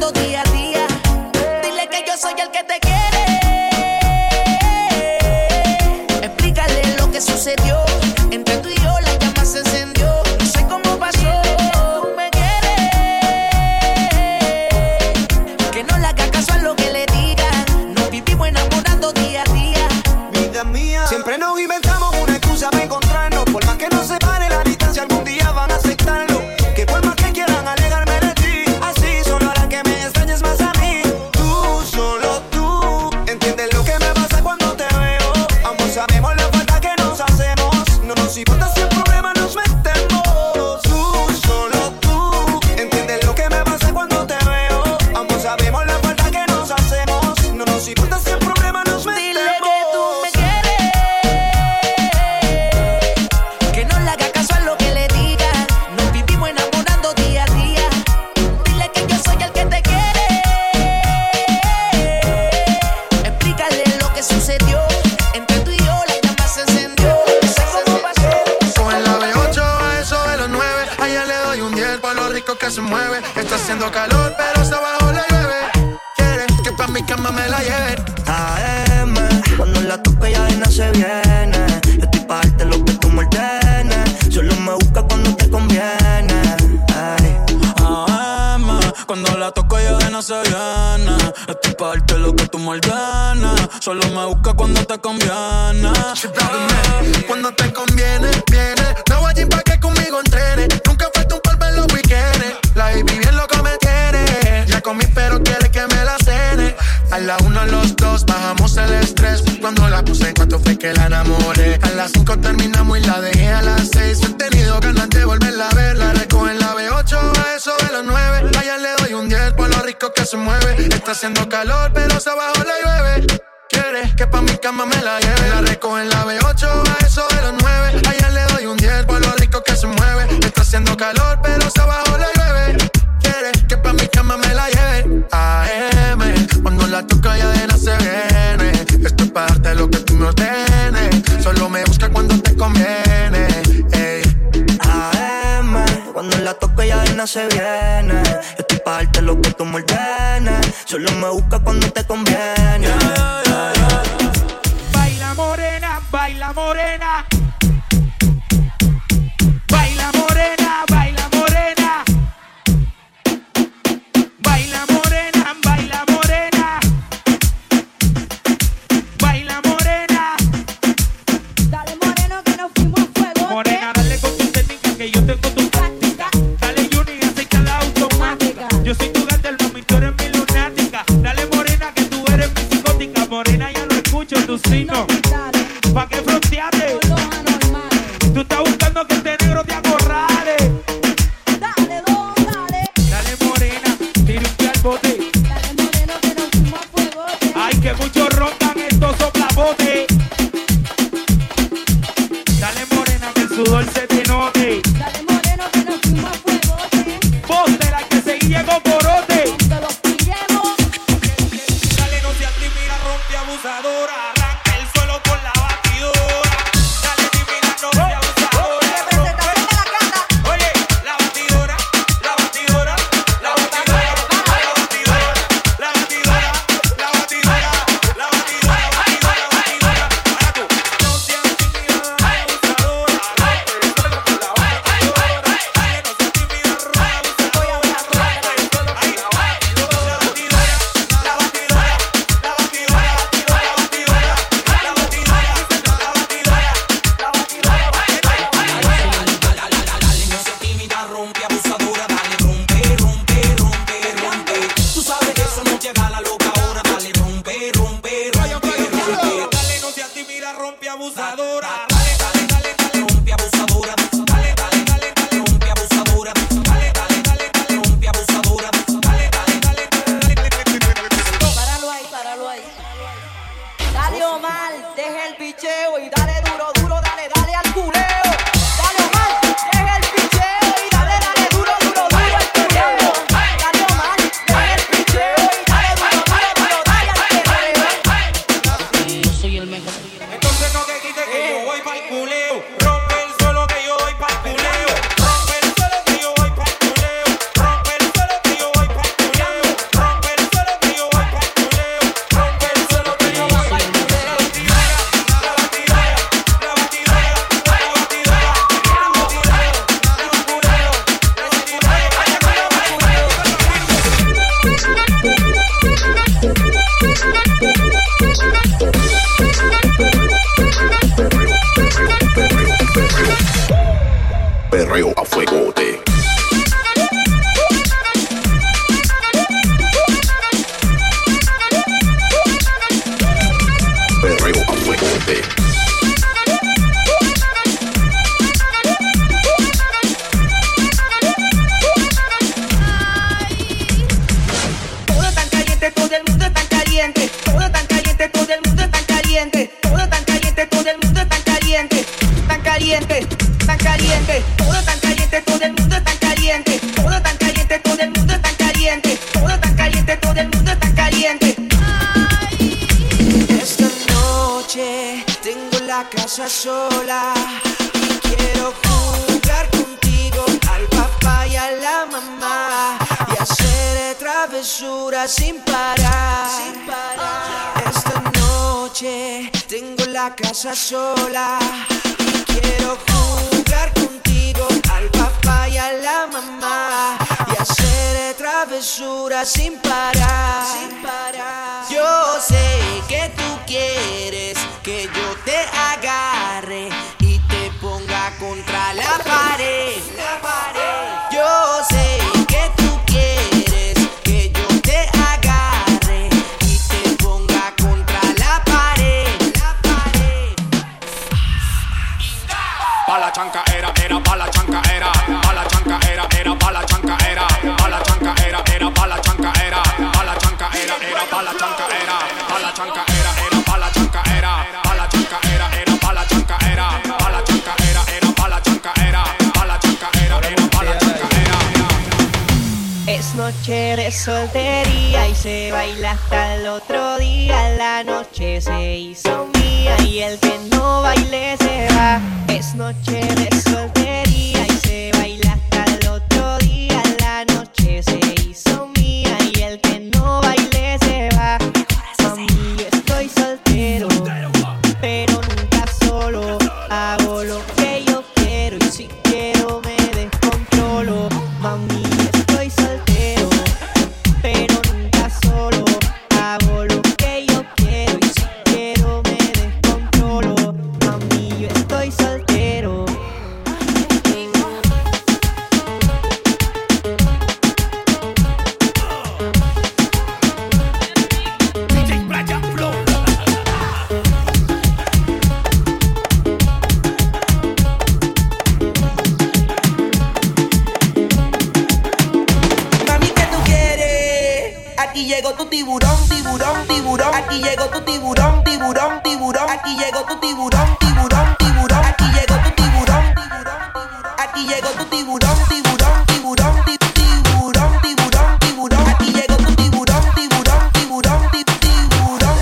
enamorando día a día. Dile que yo soy el que te quiere. Explícale lo que sucedió. Entre tú y yo la llama se encendió. No sé cómo pasó. Tú me quieres. Que no le haga caso a lo que le digan. Nos vivimos enamorando día a día. Vida mía, siempre nos inventamos una excusa para encontrarnos. Por más que nos separe la distancia, algún día van a aceptarlo. Que por más que quieran alejarme de ti, así solo hará que me extrañes más a mí. Tú, solo tú, entiendes lo que me pasa cuando te veo. Ambos sabemos la falta que nos hacemos. No nos importa si el problema nos metemos. Tú, solo tú, entiendes lo que me pasa cuando te veo. Ambos sabemos la falta que nos hacemos. No nos importa si el problema nos metemos. Dile que tú me quieres. Que no le haga caso a lo que le digan. Nos vivimos enamorando día a día. Dile que yo soy el que te quiere. Explícale lo que sucedió. Entre tú y yo la llama se encendió. No sé cómo pasó. Con la B8 a eso de los 9. A ella le doy un 10 por lo rico que se mueve. Está haciendo calor pero hasta abajo le llueve. Quiere que pa' mi cama me la lleve. AM, cuando la toco ella de no se viene. Yo estoy pa' darte lo que tú me ordenes. Solo me busca cuando te conviene. Ay. AM, cuando la toco ella de no se viene. Estoy pa' darte lo que tú me ordenes. Solo me busca cuando te conviene. Cuando te conviene, viene. No voy allí pa' que conmigo entrene. Nunca falta un polvo en los weekendes. La baby bien loca me tiene. Ya comí pero quiere que me la cene. A la 1 los dos bajamos el estrés. Cuando la puse en cuanto fue que la enamoré. A las 5 terminamos y la dejé a las 6. He tenido ganas de volverla a ver. La recojo en la B8 a eso de los 9. A ella le doy un 10 por lo rico que se mueve. Está haciendo calor pero hasta abajo le llueve. Quiere que pa' mi cama me la lleve. La recojo en la B8 a eso de los 9. A ella le doy un 10 por lo rico que se mueve. Está haciendo calor pero hasta abajo le llueve. Quiere que pa' mi cama me la lleve. AM, cuando la toca ya de no se viene. Estoy pa' darte lo que tú me ordenes. Solo me busca cuando te conviene. Ey. AM, cuando la toco ella de no se viene. Yo estoy pa' darte lo que tú me ordenes. Solo me busca cuando te conviene. Baila morena, baila morena. Baila morena, baila morena. Baila morena, baila morena. Baila morena. Dale moreno que nos fuimos a fuego. Morena, dale con tu técnica que yo tengo tu práctica. Dale Juni, aceita la automática. Yo soy tu gata, el mami, tú eres mi lunática. Dale morena que tú eres mi psicótica. Morena, ya lo escucho tu signo. ¿Pa' qué fronteate? Tú estás buscando que este negro te acorrale. Dale, don, dale. Dale morena, tira un pie al bote. Dale moreno que nos fuimos a fuego. Ay, que muchos roncan estos soplabotes. Dale morena que el sudor se te note. Dale moreno que nos fuimos a fuego. Vos de la que se llegó corote. Donde los pillemos. Dale, no seas tímida, rompe abusadora. Arranca el suelo con la batidora. Dale, tímida, no seas abusadora. Oye, la batidora, la batidora, la batidora, la batidora, la batidora, la batidora, la batidora, batidora, batidora. Perreo a fuegote. Perreo a fuegote. Todo tan caliente, todo el mundo tan caliente. Todo tan caliente, todo el mundo tan caliente. Todo tan caliente, todo el mundo tan caliente. Tan caliente, tan caliente. Todo tan caliente, todo el mundo tan caliente. Todo tan caliente, todo el mundo tan caliente. Todo tan caliente, todo el mundo tan caliente. Esta noche tengo la casa sola y quiero jugar contigo al papá y a la mamá y hacer travesuras sin parar. Esta noche tengo la casa sola y quiero jugar contigo al papá y a la mamá y hacer travesuras sin parar. Yo sé que tú quieres que yo te agarre y te ponga contra la pared. Yo sé que tú quieres que yo te agarre y te ponga contra la pared. Pa' la chanca era, pa' la chanca era, pa' la chanca era, pa' la chanca era, pa' la chanca era, pa' la chanca era, pa' la chanca era, pa' la chanca era, pa' la chanca era, pa' la chanca era, pa' la chanca era, pa' la chanca era, pa' la chanca era, pa' la chanca era, pa' la chanca era, pa' la chanca era. Es noche de soltería y se baila hasta el otro día. La noche se hizo mía y el que no baile se va. Es noche de soltería y se baila hasta el otro día. La noche se hizo mía y el que no baile se va. Mami, yo estoy soltero, pero nunca solo. Hago lo que yo quiero y si quiero me descontrolo. Mami, yo estoy soltero, pero nunca solo. Hago lo que yo quiero y si quiero me descontrolo. Mami, yo estoy soltero. Mami, ¿qué tú quieres? Aquí llegó tu tiburón, tiburón, tiburón. Aquí llegó tu tiburón, tiburón, tiburón. Aquí llegó tu tiburón, tiburón, tiburón. Aquí llegó tu tiburón, tiburón. Aquí llegó tu tiburón, tiburón, tiburón, tiburón, tiburón, tiburón. Aquí llegó tu tiburón, tiburón, tiburón, tiburón.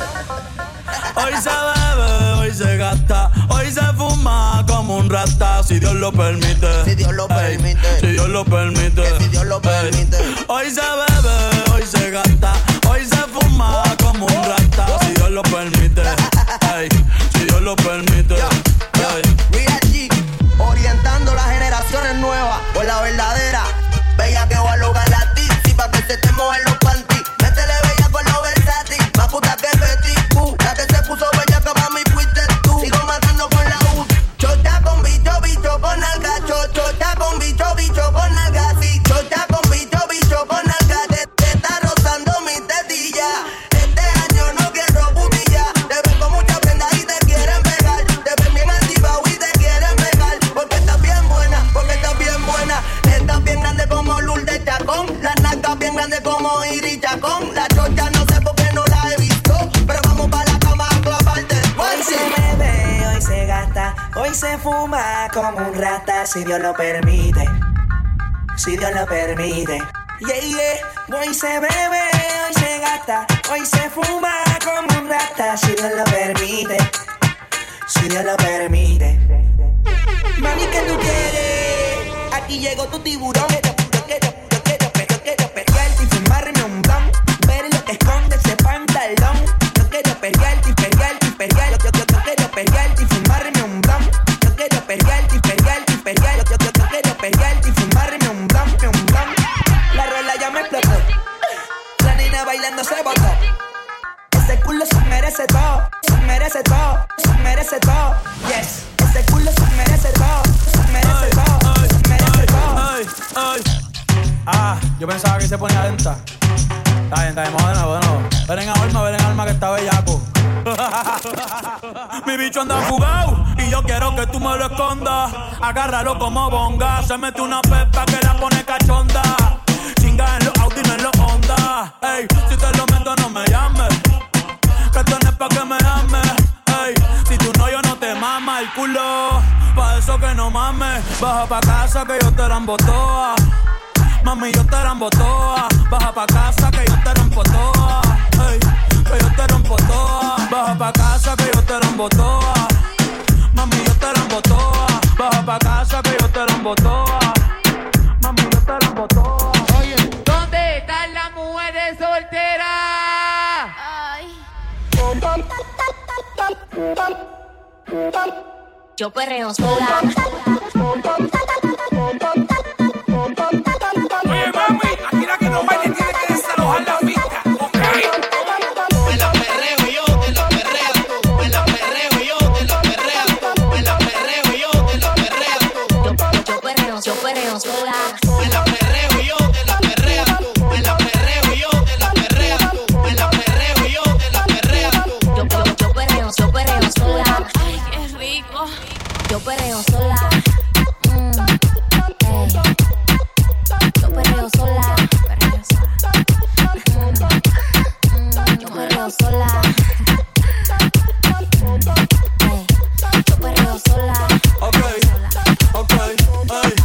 Hoy se bebe, hoy se gasta, hoy se fuma como un rata, si Dios lo permite. Si Dios lo permite. Si Dios lo permite. Si Dios lo permite. Hoy se bebe, hoy se gasta, hoy se fuma como un rata, si Dios lo permite. Ey, si Dios lo permite. Ey. Mira G, orientando las generaciones nuevas por la verdadera. Bella que voy a lograr la tizi pa' que se te mojen los panties. Métele bella con los versátil, más puta que Betty Boo. La que se puso bella que pa' mí fuiste tú. Sigo matando con la U. Chota con bicho, bicho con nalga. Chota con bicho, bicho con nalga. Sí, chota con bicho, bicho con nalga. Te está rozando mi tetilla. Este año no quiero putilla. Te ven con mucha prenda y te quieren pegar. Te ven bien activado y te quieren pegar. Porque estás bien buena, porque estás bien buena. Estás bien grande como Lourdes Chacón. Las nalgas bien grandes como Iris Chacón. La chocha no sé por qué no la he visto, pero vamos pa' la cama a clavarte. Hoy se bebe, hoy se gasta, hoy se fuma como un rata, si Dios lo permite. Si Dios lo permite. Yeah, yeah. Hoy se bebe, hoy se gasta, hoy se fuma como un rata, si Dios lo permite. Si Dios lo permite. Mami, ¿qué tú quieres? Aquí llegó tu tiburón. Yo quiero pelearte y fumarme un blon. Ver lo que esconde ese pantalón. Yo quiero pelearte y pelearte y pelearte. Yo quiero pelearte y fumarme un blon. Yo quiero pelearte y pelearte y pelearte. Yo quiero pelearte y fumarme un blon. La rola ya me explotó. La nena bailando se botó. Ese culo se merece todo, se merece todo, se merece todo. Yes, ese culo se merece todo, se merece todo. Yo pensaba que se ponía lenta. Está bien, bueno. Ven en alma que está bellaco. Mi bicho anda fugado y yo quiero que tú me lo escondas. Agárralo como bonga. Se mete una pepa que la pone cachonda. Chinga en los Audi, no en los Honda. Ey, si te lo meto no me llames, que esto no es pa' que me ames. Ey, si tú no, yo no te mama el culo. Pa' eso que no mames. Baja pa' casa que yo te rambo toa. Mami, yo te rambo toa. Baja pa' casa que yo te rompo toa. Ey, que yo te rompo toa. Baja pa' casa que yo te rambo toa. Mami, yo te rambo toa. Baja pa' casa que yo te rambo toa. Mami, yo te rambo toa. Oye, ¿dónde están las mujeres solteras? Ay. Yo perreo sola. Oye, mami, aquí la que no baile tiene que desalojar la pista, ¿ok? Me la perreo yo, te la perreas tú. Me la perreo yo, te la perreas tú. Me la perreo yo, te la perreas tú. Yo perreo sola. Me la perreo yo, te la perreas tú. Me la perreo yo, te la perreas tú. Me la perreo yo, te la perreas tú. Yo perreo sola. Ay, qué rico. Yo perreo sola. Yo perreo sola. Yo perreo sola. Yo perreo sola. Ok, ey.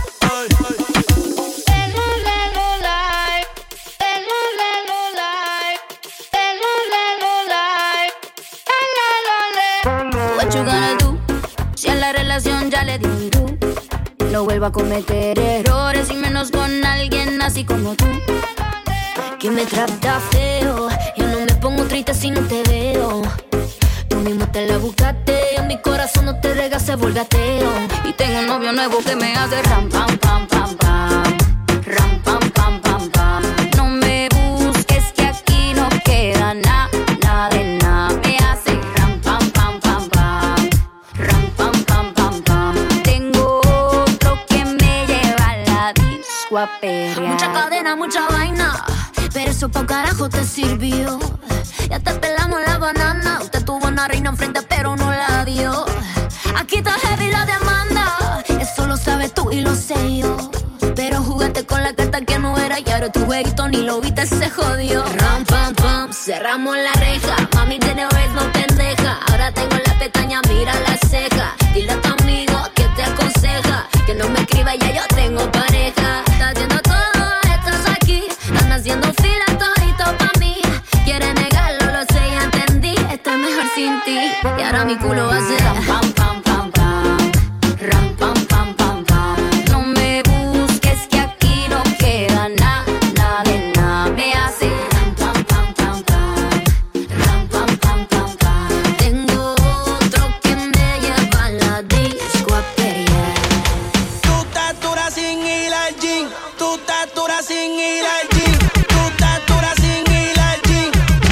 What you gonna do? Si a la relación ya le di un do. No vuelva a cometer errores y menos con alguien así como tú, que me trata feo. Yo no me pongo triste si no te veo. Tú mismo te la buscaste. En mi corazón no te rega, se vuelve ateo. Y tengo un novio nuevo que me hace ram, pam, pam, pam, pam. Ram, pam, pam, pam, pam. No me busques que aquí no queda nada, nada de nada. Me hace ram, pam, pam, pam, pam. Ram, pam, pam, pam, pam. Tengo otro que me lleva a la disco a perrear. Mucha cadena, mucha vaina, pero eso pa' carajo te sirvió. Ya te pelamos la banana. Usted tuvo una reina enfrente pero no la dio. Aquí está heavy la demanda. Eso lo sabes tú y lo sé yo. Pero jugaste con la carta que no era. Y ahora tu jueguito ni lo viste, se jodió. Ram, pam, pam, cerramos la reja. Mami tiene vez, no pendeja. Ahora tengo la pestaña, mira la ceja. Dile a tu amigo que te aconseja que no me escriba, ya yo tengo pareja. Está haciendo todo, estás aquí. Están haciendo fila todito pa' mí. Quiere negarlo, lo sé, ya entendí. Estoy mejor sin ti. Y ahora mi culo hace ram, pam, pam, pam, pam. Ram, pam, pam, pam, pam. No me busques que aquí no queda nada, nada de nada. Me hace ram, pam, pam, pam, pam. Ram, pam, pam, pam, pam. Tengo otro que me lleva a la disco a pelear. Tú estás dura sin ir al gym. Tú estás dura sin ir al gym. Tú estás dura sin ir al gym.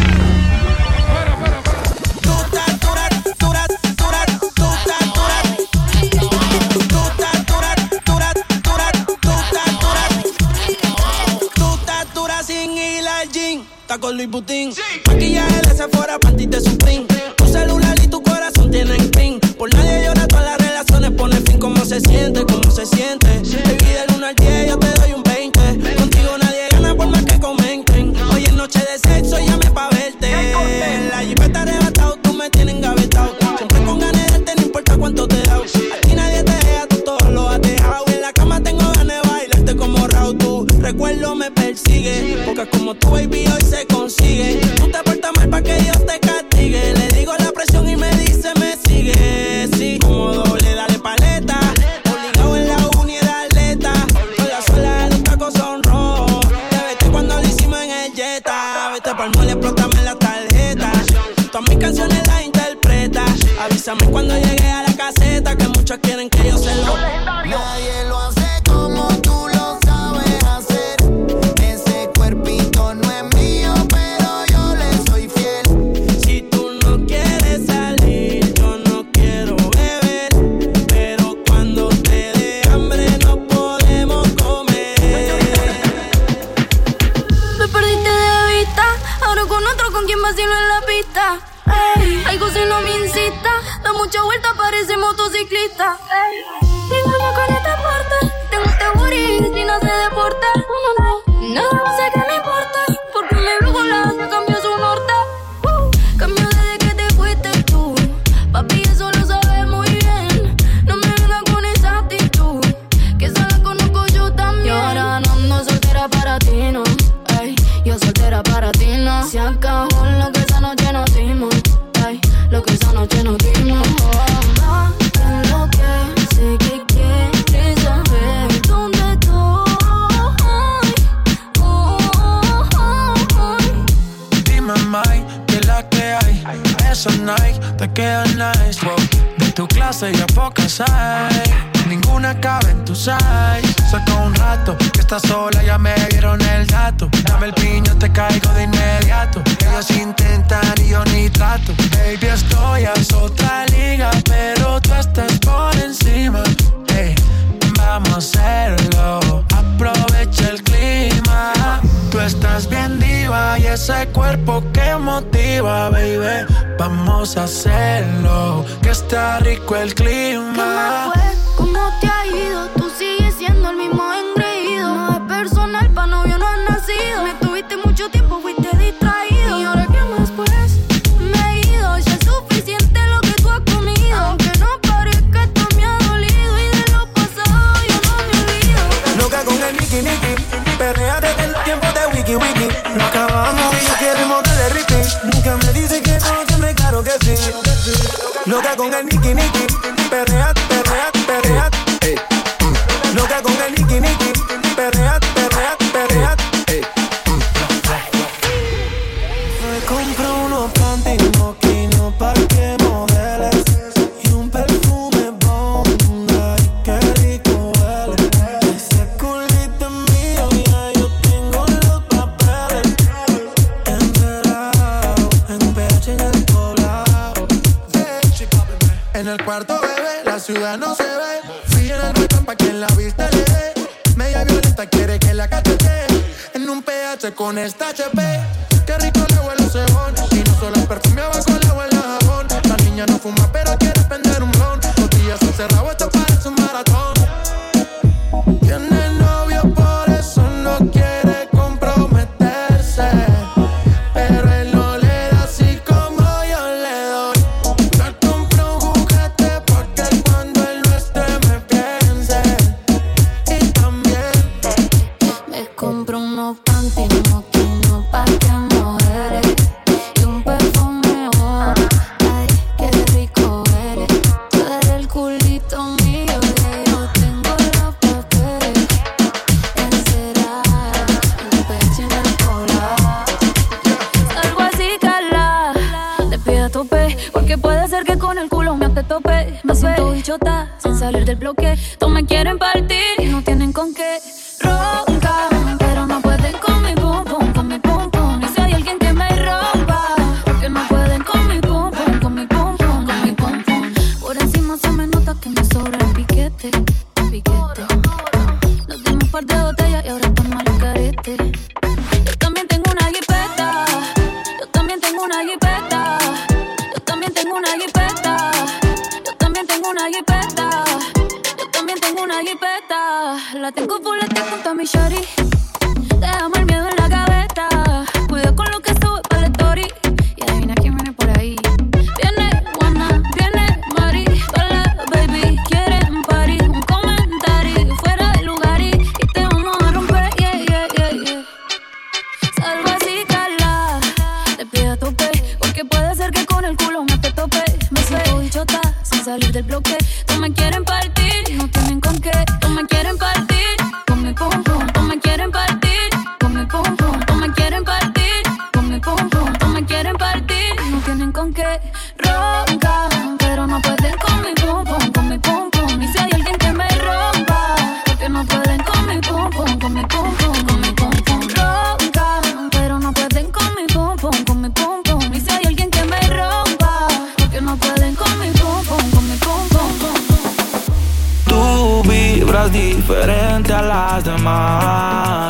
Tú estás dura, dura, dura. Tú estás dura. Tú estás dura, dura, dura. Tú estás dura. Tú estás dura sin ir al gym. Está con Luis Butín. Maquillaje de Sephora, panty de Supreme. Tu celular y tu corazón tienen pin. Por nadie llora, todas las relaciones pone fin. ¿Cómo se siente? ¿Cómo se siente? Baby, del 1 al 10 yo te doy un 20. Contigo nadie gana por más que comenten. Hoy es noche de sexo, llame pa' verte. La jipeta arrebatado, tú me tienes engavetado. Siempre con ganas de darte, no importa cuánto te da. A ti nadie te deja, tú todo lo has dejado. En la cama tengo ganas de bailarte como Raúl. Tu recuerdo me persigue, porque como tu baby hoy se consigue. Tú te portas mal pa' que Dios te castigue. Le digo la presión y me dice me sigue. Sí, como doble, dale paleta. Obligado en la uni de atleta. Con la suela de los tacos son rojos. Te vete cuando lo hicimos en el Jetta. Vete pa'l mall, explótame la tarjeta. Todas mis canciones las interpreta. Avísame cuando llegue a la caseta, que muchos quieren que yo se lo. Nadie lo hace como tú lo sabes hacer. Ese cuerpito no es mío, pero yo le soy fiel. Si tú no quieres salir, yo no quiero beber. Pero cuando te dé hambre no podemos comer. perdiste de vista. Ahora con otro, con quien vacilo en la pista. Ey, algo si no me incita. Da mucha vuelta, parece motociclista. Tengo algo con este porte. Tengo este booty, si no se deporta. No sé qué me importa. Porque me vio con la hace, cambió su norte. Cambió desde que te fuiste tú. Papi, eso lo sabes muy bien. No me vengas con esa actitud, que esa la conozco yo también. Y ahora no ando soltera para ti, no. Ey, yo soltera para ti, no. Se acabó lo que esa noche nos dimos. Ey, lo que esa noche nos dimos. Oh, es lo que sé que quieres saber. ¿Dónde estoy? Dime, Mike, que la que hay. Esos Nike te quedan nice. Wow. De tu clase ya pocas hay. Ninguna cabe en tu size. Saca un rato que estás sola, ya me dieron el dato. Dame el piño, te caigo de inmediato. Ellos intentan y yo ni trato. Baby, estoy a otra liga, pero tú estás por encima. Hey, vamos a hacerlo. Aprovecha el clima. Tú estás bien diva y ese cuerpo que motiva, baby. Vamos a hacerlo, que está rico el clima. ¿Cómo te ha ido? Tú sigues siendo el mismo engreído. No es personal, pa' novio no has nacido. Me tuviste mucho tiempo, fuiste distraído. ¿Y ahora qué más pues? Me he ido, ya es suficiente lo que tú has comido. Aunque no parezca, esto me ha dolido. Y de lo pasado yo no me olvido. Loca con el Nicky Nicky, perrea desde el tiempo de Wiki Wiki. Lo acabamos y ya queremos darle repeat. Nunca me dice que no, siempre claro que sí. Loca con el Nicky Nicky, perrea, perrea, perrea. Loca con el Nicky Nicky, perrea, perrea, perrea. Me compro unos panties moquinos pa' que modeles y un perfume bomba. Ay, qué rico huele. Ese culito mío, ya yo tengo los papeles encerrado en un PH en el poblado. En el cuarto, bebé, la ciudad no se ve. Fui en el balcón pa' quien la vista le dé. Media violenta quiere que la cachete en un PH con esta HP. Qué rico le huele el cebón. Y no solo el perfume abajo le huele a jabón. La niña no fuma pero quiere prender un blon. Los días encerrados, esto parece un maratón. Tiene novio, por eso no quiere comprometerse. Pero él no le da así como yo le doy. Me compro un juguete porque cuando él no esté me piense. Y también me compro unos panties moquinos pa' que mujeres y un perfume oh. Ay, qué rico eres. Tú eres el culito mío y yo tengo los papeles encerrados en un pecho en el poblado. Algo así, cala, te pido a tope, porque puede ser que con el culo me te tope. Me siento bichota sin salir del bloque. Todos me quieren partir y no tienen con qué. Roncan, pero no pueden con mi pum pum, con mi pum pum. Y si hay alguien que me rompa, porque no pueden con mi pum pum, con mi pum pum, con mi pum pum. Por encima se me nota que me sobra el piquete, piquete. Nos dimos un par de botellas y ahora estamos al carete. Yo también tengo una jipeta, yo también tengo una jipeta, yo también tengo una jipeta, yo también tengo una jipeta, yo también tengo una jipeta. La tengo fulete junto a mi shorty. Dejamos el miedo en la gaveta. Cuidado con lo que sube para la story. Y adivina quién viene por ahí. Viene Juana, viene Mari. Toda la baby quieren party. Un comentario fuera de lugar y te vamos a romper. Yeah, yeah, yeah, yeah. Salgo así, cala. Te pido a tope, porque puede ser que con el culo me te tope. Me siento bichota sin salir del bloque. Todos me quieren partir y no tienen con qué. Todos me quieren partir con mi pum pum. Todos me quieren partir con mi pum pum. Todos me quieren partir con mi pum pum. Todos me quieren partir y no tienen con qué. Roncan, pero no pueden con mi pum pum, con mi pum pum. Y si hay alguien que me rompa, porque no pueden con mi pum pum, con mi pum pum, con mi pum pum. Roncan, pero no pueden con mi pum pum, con mi pum pum. Y si hay alguien que me rompa, porque no pueden con mi pum pum, con mi pum pum. Tú vibras diferente a las demás.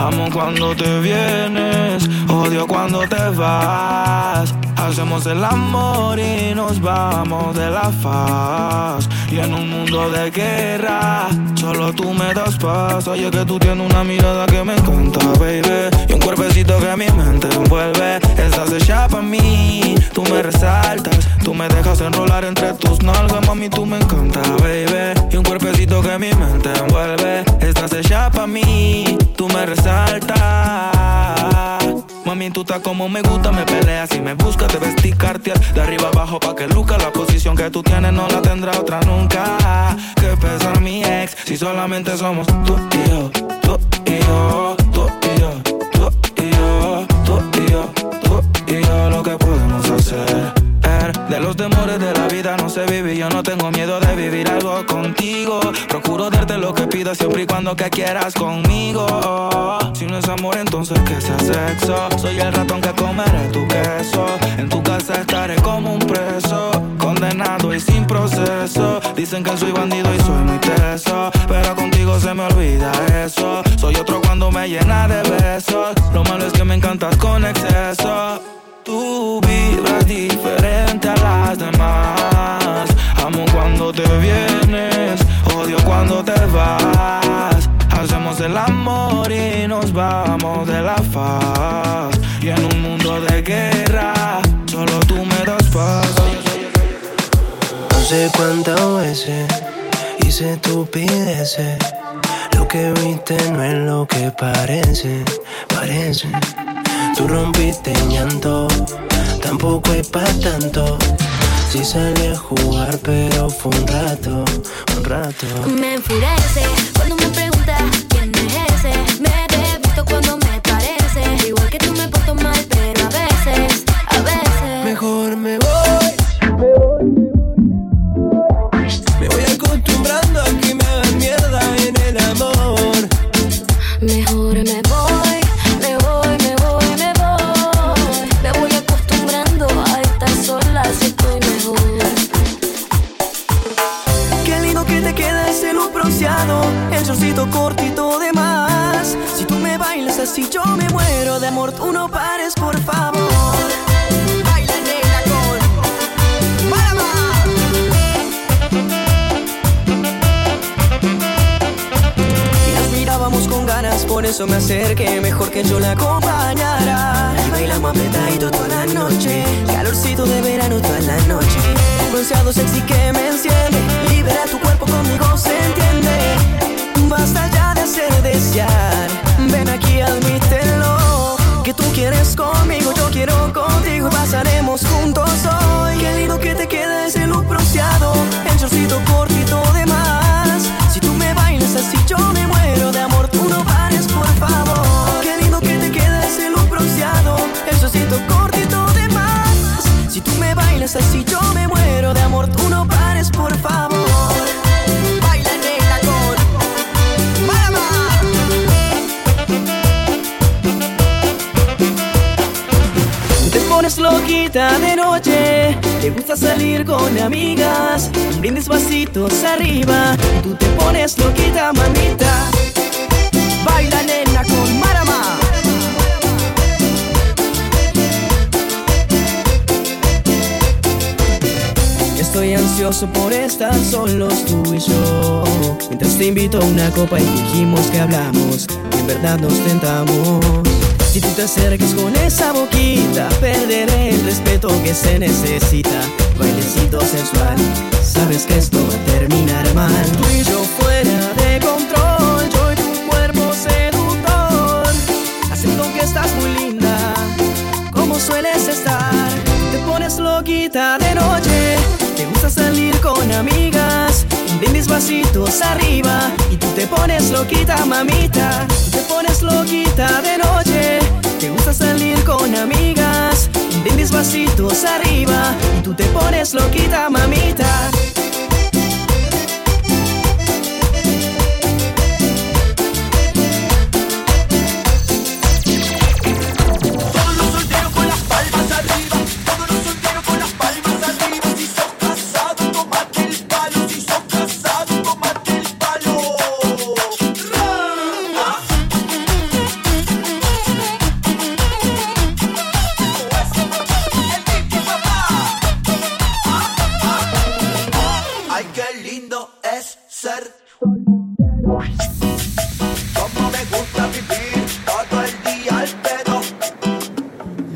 Amo cuando te vienes, odio cuando te vas. Hacemos el amor y nos vamos de la faz. Y en un mundo de guerra, solo tú me das paz. Oye, que tú tienes una mirada que me encanta, baby, y un cuerpecito que mi mente envuelve. Estás hecha pa' mí, tú me resaltas. Tú me dejas enrolar entre tus nalgas, mami, tú me encanta, baby, y un cuerpecito que mi mente envuelve. Estás hecha pa' mí, tú me resaltas. Mami, tú estás como me gusta, me peleas y me buscas, te vestí Cartier de arriba abajo pa' que luzca. La posición que tú tienes no la tendrá otra nunca. Que pesa mi ex, si solamente somos tú y yo, tú y yo, tú y yo, tú y yo, tú y yo, tú y yo, lo que podemos hacer. De los temores de la vida no sé vivir. Yo no tengo miedo de vivir algo contigo. Procuro darte lo que pidas siempre y cuando que quieras conmigo. Si no es amor, entonces que sea sexo. Soy el ratón que comeré tu queso. En tu casa estaré como un preso, condenado y sin proceso. Dicen que soy bandido y soy muy teso, pero contigo se me olvida eso. Soy otro cuando me llena de besos. Lo malo es que me encantas con exceso. Tú vibras diferente a las demás. Amo cuando te vienes, odio cuando te vas. Hacemos el amor y nos vamos de la faz. Y en un mundo de guerra, solo tú me das paz. No sé cuántas veces hice estupideces. Lo que viste no es lo que parece. Tú rompiste en llanto, tampoco es pa' tanto. Sí salí a jugar, pero fue un rato. Me enfurece cuando me preguntas quién es ese. Me devisto cuando me parece. Igual que tú me porto mal, pero a veces. Mejor me voy. Me voy acostumbrando a que me hagan mierda en el amor. Mejor me voy. Me voy acostumbrando a estar sola si estoy mejor. Qué lindo que te queda ese look bronceado, el shortcito cortito de más. Si tú me bailas así yo me muero de amor. Tú no pares, por favor. Baila negra con Marama. Y nos mirábamos con ganas, por eso me acerqué. Mejor que yo la acompañara. Y bailamos apretadito toda la noche. Calorcito de verano toda la noche. Un bronceado sexy que me enciende. Libera tu cuerpo, conmigo se entiende. Basta ya de hacer desear. Ven aquí, admítelo. Que tú quieres conmigo, yo quiero contigo. Y pasaremos juntos hoy. Qué lindo que te queda ese look bronceado, el shortcito cortito de más. Si tú me bailas así yo me muero de amor. Tú no pares, por favor. Qué lindo que te queda ese look bronceado, el shortcito cortito de más. Si tú me bailas así yo me muero de amor. Tú no pares, por favor. Baila negra con Marama. Tú te pones loquita de noche, te gusta salir con amigas, un brindis vasitos arriba. Tú te pones loquita, mamita. Baila nena con Marama. Estoy ansioso por estar solos tú y yo, mientras te invito a una copa y dijimos que hablamos, que en verdad nos tentamos. Si tú te acerques con esa boquita, perderé el respeto que se necesita. Bailecito sensual, sabes que esto va a terminar mal. Tú y yo fuera de control, yo y tu cuerpo seductor. Acepto que estás muy linda, como sueles estar. Te pones loquita de noche, te gusta salir con amigas, un brindis vasitos arriba. Y tú te pones loquita, mamita. Tú te pones loquita de noche, te gusta salir con amigas, un brindis vasitos arriba. Y tú te pones loquita, mamita.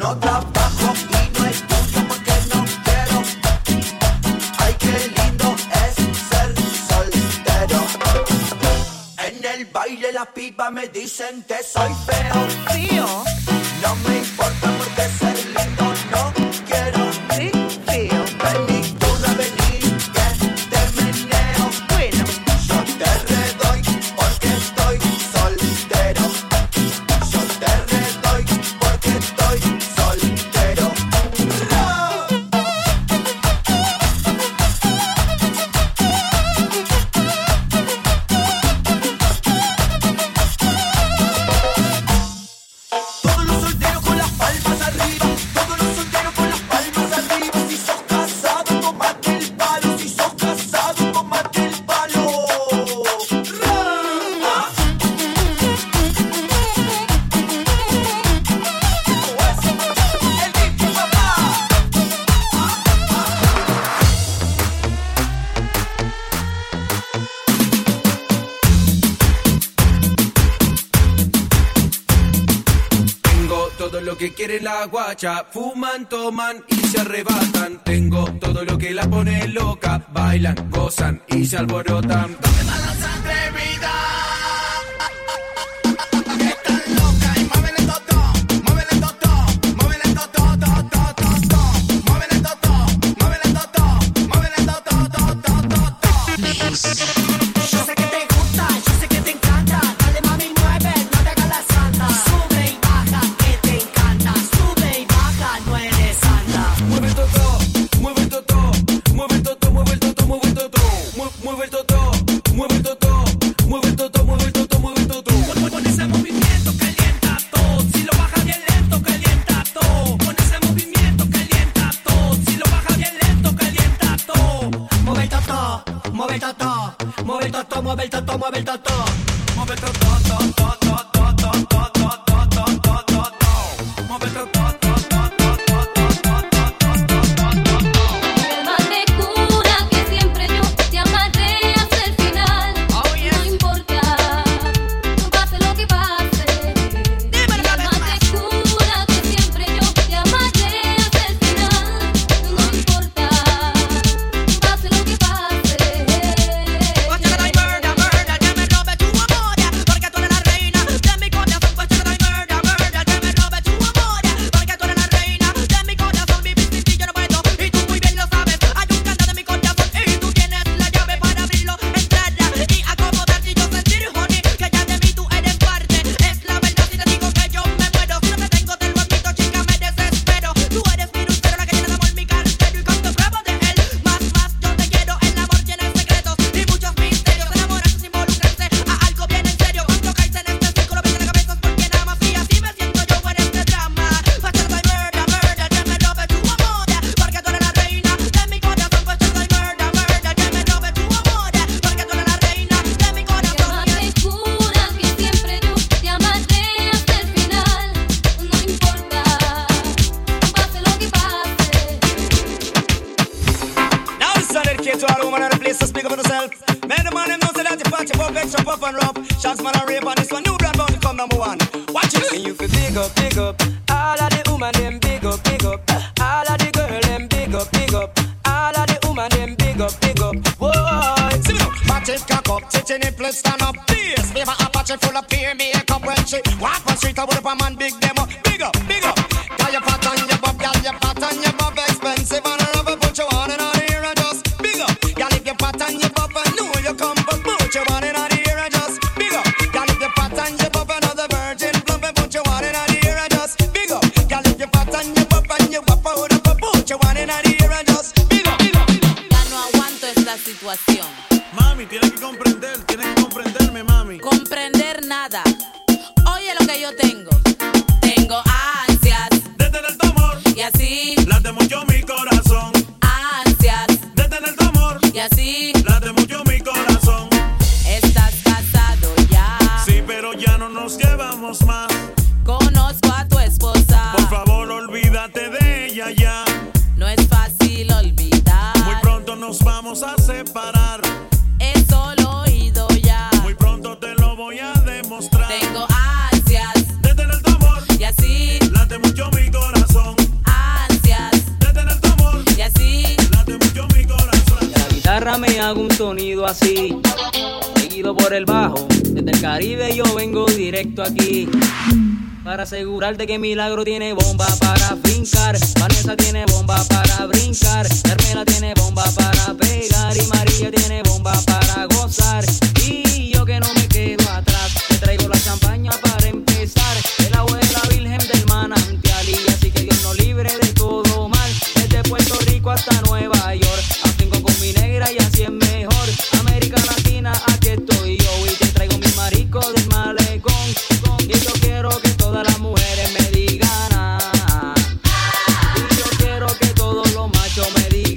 no trabajo y no estudio porque no quiero. Ay, qué lindo es ser soltero. En el baile las pibas me dicen que soy feo. Fío. No me importa porque ser lindo no quiero. Sí, fío. Vení, toda vení, que te meneo. Bueno. Yo te redoy porque estoy soltero. Yo te redoy porque estoy soltero. Todos los solteros con las palmas arriba. Todos los solteros con las palmas arriba. Si sos casado, tomate el palo. Si sos casado, tomate el palo. El Bichi papá. Tengo todo lo que quiere la guacha, fuman, toman y se arrebatan. Tengo todo lo que la pone loca, bailan, gozan y se alborotan. ¿Dónde está la sangre vida? Que están locas y muévele todo, muévele todo, muévele todo, muévele todo, muévele todo, muévele Yo sé que te gusta, yo sé que te encanta. Dale mami, mueve, no te hagas la santa. Sube y baja, que te encanta. Sube y baja, no eres santa. Mueve todo, mueve todo, mueve todo, mueve todo, mueve todo, mueve todo, mueve todo, mueve todo, mueve todo, mueve todo. Con ese movimiento calienta todo. Si lo baja bien lento, calienta todo. Con ese movimiento calienta todo. Si lo baja bien lento, calienta todo. Mueve todo, mueve todo, mueve todo, mueve todo, mueve todo. Mueve Alma de cura que siempre yo te amaré hasta el final. No importa, pase lo que pase. Alma de cura que siempre yo te amaré hasta el final. No importa, pase lo que pase. Pues yo te doy murder, murder, que me robe tu amor. Porque tú eres la reina de mi corazón. Pues yo te doy murder, murder, que me robe tu amor. Porque tú eres la reina de mi corazón. Vivir sin ti yo no puedo y tú muy bien lo sabes. Hay un candado en mi corazón y tú tienes la llave para abrirlo, entrar y acomodarte y yo sentir, honey, que ya de mí tú eres parte. Es la verdad si te digo que yo me muero. Si no te tengo te lo admito, chica, me desespero. Tú eres mi lucero, la que llena de amor mi cartero. Y cuando pruebo de él, más yo te quiero. El amor llena de secretos y muchos misterios. Enamorarse sin involucrarse a algo bien en serio. Cuando caes en este círculo, ves la cabeza porque nada más y así me siento yo en este drama. Pues yo te doy murder, murder, que me robe tu amor. Porque tú eres la reina de mi corazón. Pues yo te doy murder, murder, que me robe tu amor. Porque tú eres la reina de mi corazón. Alma de cura que siempre yo te amaré hasta el final. No importa, pase lo que pase. Now it's a dedicated to all women in the place to speak up for themselves. Man, the man them know say that you patch up, extra puff and rough. Shots man and rape on this one, new brand bound to come number one. Watch it. And you feel big up, all of the woman them big up, all of the girl them big up, all of the woman them big up. Whoa, see me now, patch it, cock up, titty nipple stand up. This flavor a patch it full of peer makeup when she walk on street. I would up a man big them up, big up. Got your fat on your bob, got your fat on your bob, expensive and rubber, put your on and on here and just big up. Got if your fat on your bob, I know you come, but put your on and on here and just big up. Got if your fat on your bob, another virgin plump, and put your on and on here and just big up. Got if your fat on your bob, and you wap out up, put your on and on here and just big up. Ya no aguanto esta situación. Mami, tienes que comprenderme, mami. Comprender nada. Oye lo que yo tengo. Tengo ansias. Detener tu amor. Y así. Late mucho mi corazón. Ansias. Detener tu amor. Y así. Late mucho mi corazón. Estás casado ya. Sí, pero ya no nos llevamos más. Conozco a tu esposa. Por favor, olvídate de ella ya. No es fácil olvidar. Muy pronto nos vamos a separar. Eso lo he oído ya. Muy pronto te lo voy a demostrar. Tengo ansias. De tener tu amor. Y así. Late mucho mi corazón. hago un sonido así, seguido por el bajo. Desde el Caribe yo vengo directo aquí, para asegurarte que Milagro tiene bomba para brincar, Vanessa tiene bomba para brincar, Carmela tiene bomba para pegar y María tiene bomba para gozar. Y yo que no me quedo atrás, te traigo la champaña para empezar, el agua de la Virgen del manantial, y así que Dios nos libre de todo mal, desde Puerto Rico hasta Nueva York, afinco con mi negra y así es mejor, América Latina aquí estoy yo, y te traigo mis maricos del malecón, y yo quiero que todas las mujeres me digan, y yo quiero que todos los machos me digan.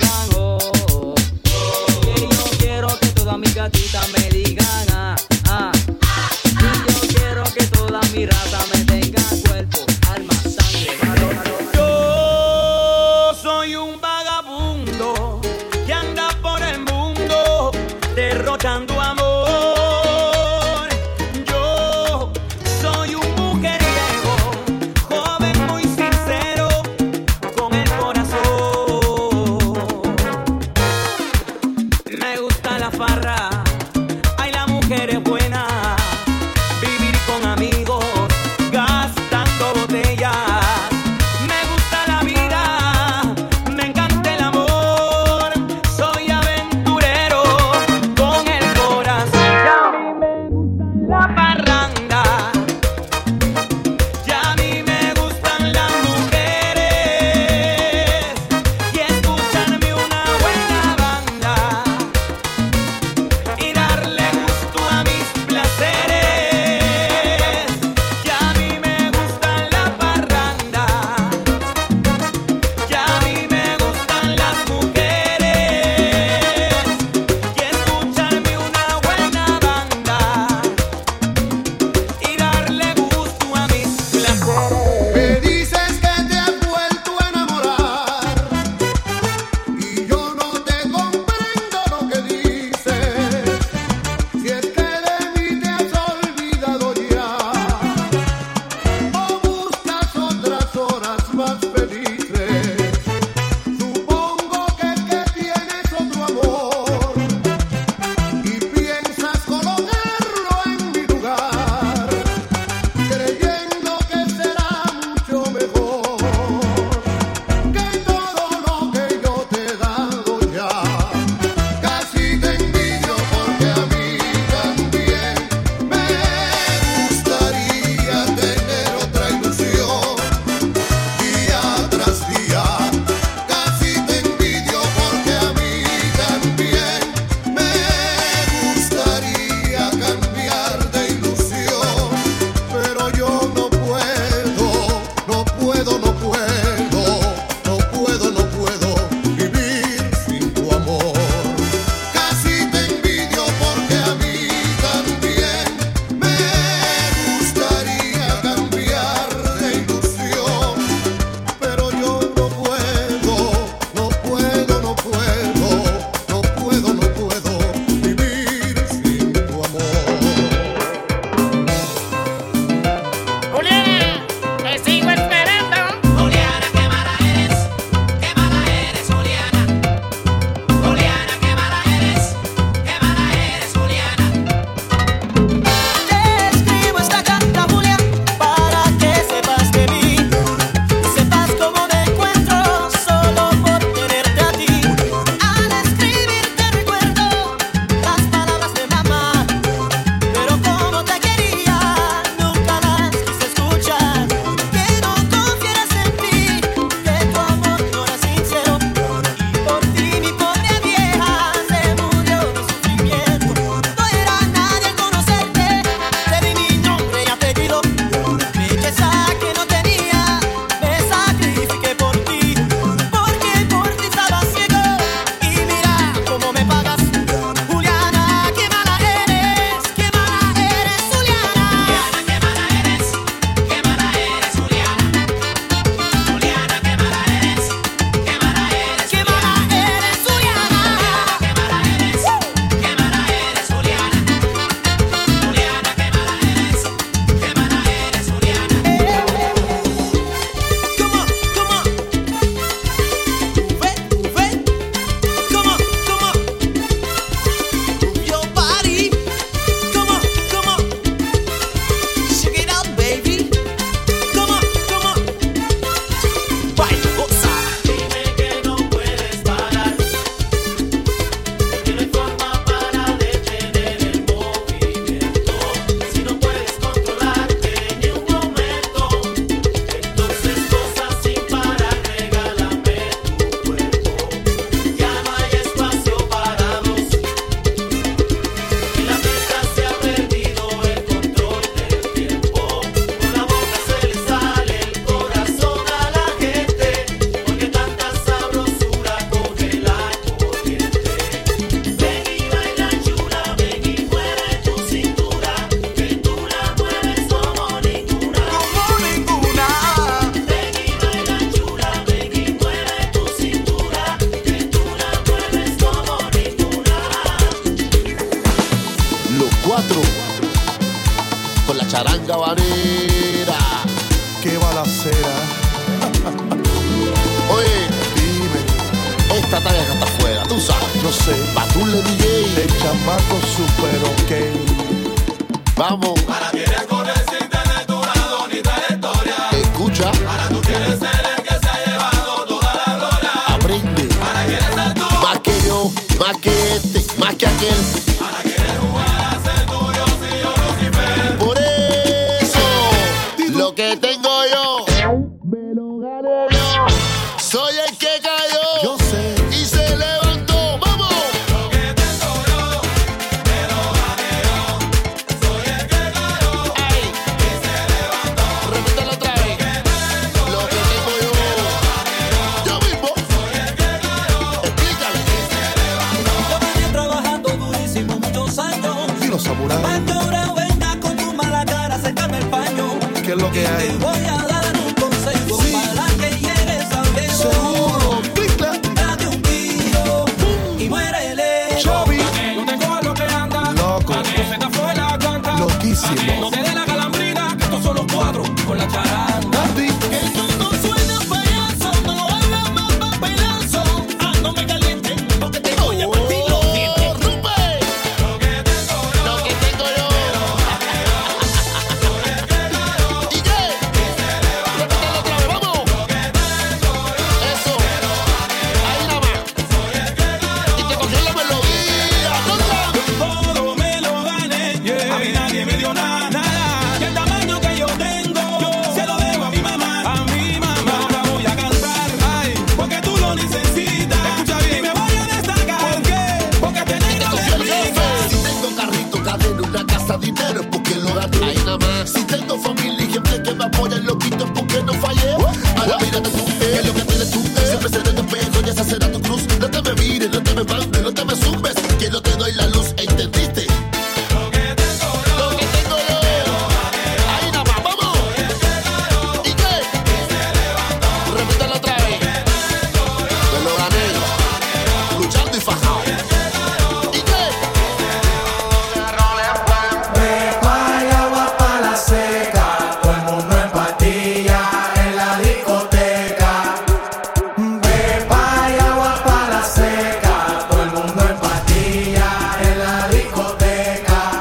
4 con la charanga banera. Qué balacera. Oye, dime, esta talla que está afuera, tú sabes. Yo sé. Baturle DJ. El chamaco super ok. Vamos. Para quieres correr sin tener tu lado ni trayectoria. Escucha. Para tú quieres ser el que se ha llevado toda la gloria. Aprende. Para quieres ser tú. Más que yo, más que este, más que aquel. Para quieres jugar a ser tuyo si yo Lucifer. Por eso, lo que tengo yo, me lo gané yo. Soy el que cayó. Yo sé. Y se levantó. ¡Vamos! Lo que tengo yo, me lo gané yo. Soy el que cayó. Ay. Y se levantó. Repítelo otra vez. Lo que tengo yo, yo mismo. Soy el que cayó. Explícale. Y se levantó. Yo venía trabajando durísimo muchos años. Y los samuráis. Pa' que ahora venga con tu mala cara, sécame el paño. ¿Qué es lo que Te hay? voy a dar un consejo para que llegues al viejo. Seguro. Picla. Date un tiro y muérele. Chobi. No te cojas lo que anda. Loco. Pa' que no se te fue la canta. Loquísimo. No te dé la calambrina, que estos son los 4 con la charanga. Andy. El mundo suena payaso, no hagas más papelazo. Ah, no me calientes, porque te voy a partir los dientes. ¡Rumbe! Lo que tengo yo, Lo que tengo yo. ¿Y qué? Repítelo otra vez, vamos. Eso. Ahí nada más. Y te cogió la melodía. ¡Tonta! Todo me lo gané, a mí nadie me dio nada. Y el tamaño que yo tengo, se lo debo a mi mamá. Ahora voy a cantar, ay, porque tú lo necesitas. Escucha bien, y me voy a destacar. ¿Por qué? Porque este negro me explica. Si tengo carrito, cadena, una casa, dinero, es porque lo gané. Ahí nada más. Si tengo familia y gente que me apoya, loquito, es porque no fallé. Ahora mírate tú, que lo que tienes tú, siempre seré tu espejo y esa será tu cruz. No te me mires, no te me mandes, no te me zumbes, que no te doy la luz, ¿entendiste? lo que tengo yo, Lo que tengo yo. Ahí nada más, vamos. ¿Y qué? Repítelo otra vez. Me lo gané. Luchando y fajado. ¿Y qué? Beba y agua pa' la seca, todo el mundo en patilla en la discoteca. Beba y agua pa' la seca, todo el mundo en patilla en la discoteca.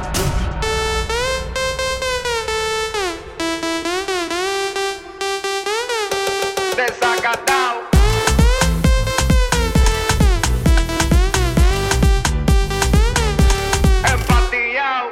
desacatado. Empatillado.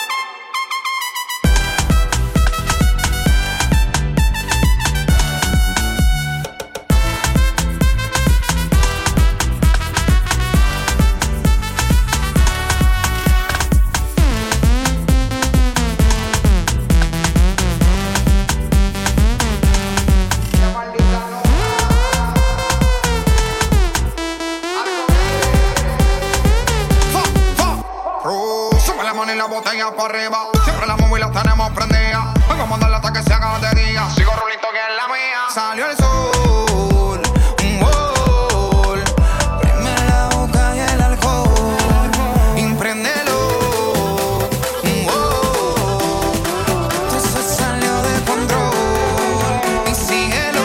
Sube la mano y la botella para arriba. Siempre la móvil la tenemos prendida. Vengo a mandarla hasta que se haga de día. Sigo rulito que es la mía. Salió el sol, un gol. Prime la boca y el alcohol. Impréndelo, un gol. Esto se salió de control. Y síguelo.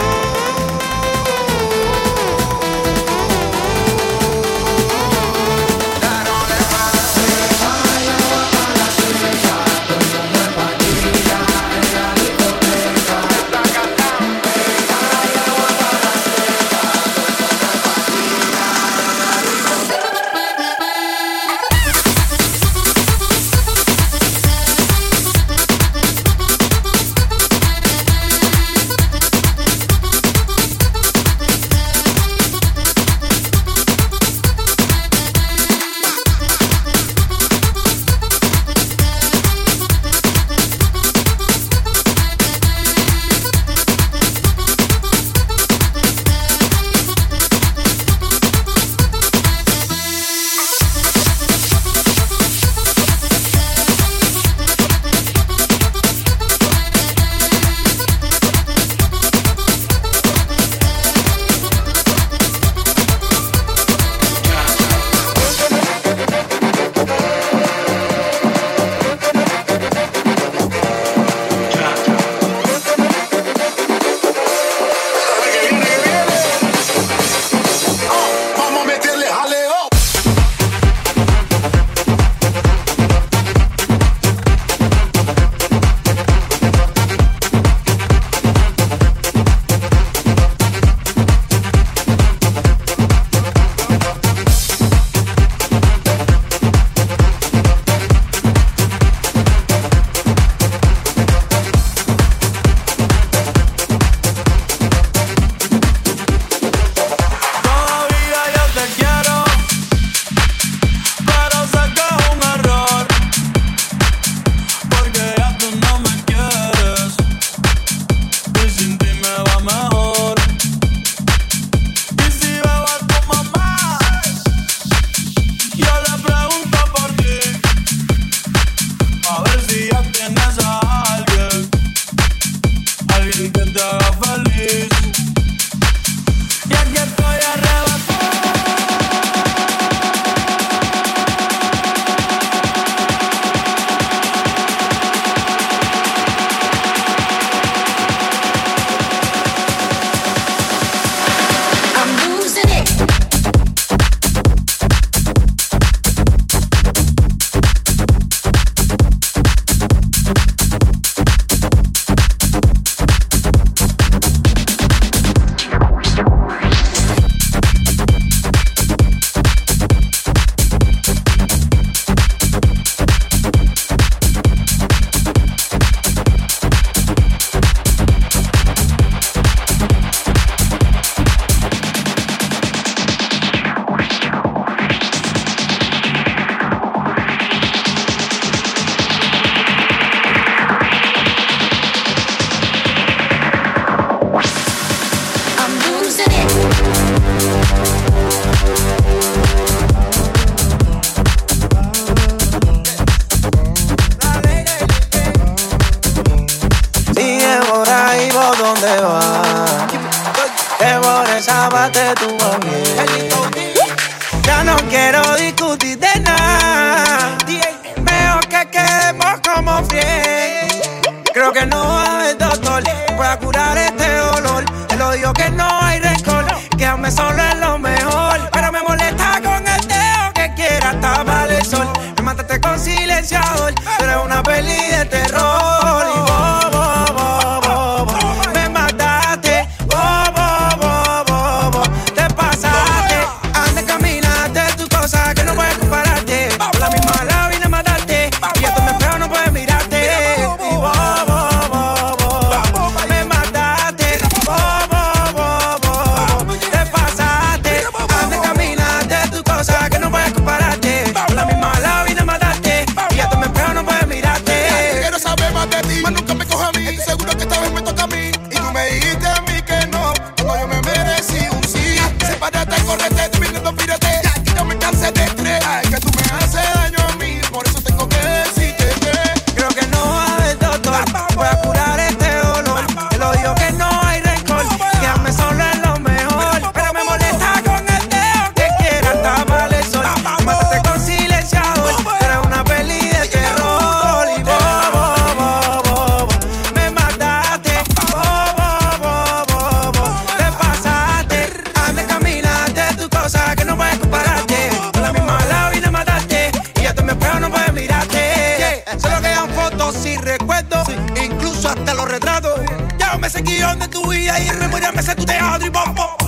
esa parte estuvo bien. Ya no quiero discutir de nada. Mejor que quedemos como friends. Creo que no va a haber doctor pueda curar este dolor. Te lo digo que no hay rencor. Quédame solo es lo mejor. Pero me molesta con el dedo que quiera tapar el sol. Me mataste con silenciador. Tú eres una peli de terror. Y me mataste. Te pasaste. Anda, caminaste tus cosas que no puedes compararte. Por la misma la vine a matarte. Y esto me espero, no puedes mirarte. Y me mataste. Te pasaste. Anda, caminaste tus cosas que no puedes compararte. Por la misma la vine a matarte. Y esto me espero, no puedes mirarte. Quiero saber más de ti, más nunca me coja a mí. Seguro que esta vez me toca a mí. Y tú me dijiste a mí que no, cuando yo me merecí un sí. Sepárate, córrete, tú no pírate. Ya que yo me cansé de estrés. Ay, que tú me haces daño a mí, por eso tengo que decirte que creo que no va a haber doctor pueda curar este dolor. Te lo digo que no hay rencor. Quédame solo es lo mejor. Pero me molesta con el dedo que quiera tapar el sol. Mátate con silenciador. Tú eres una peli de terror. Y me mataste. Te pasaste. Anda, caminaste tus cosas que no puedes compararte. Por la misma la vine a matarte. Y ya tú me espero, no puedes mirarte. Solo quedan fotos y recuerdos, incluso hasta los retratos. Ya me sé guión de tu vida y en memoria me sé tu teatro y bombo.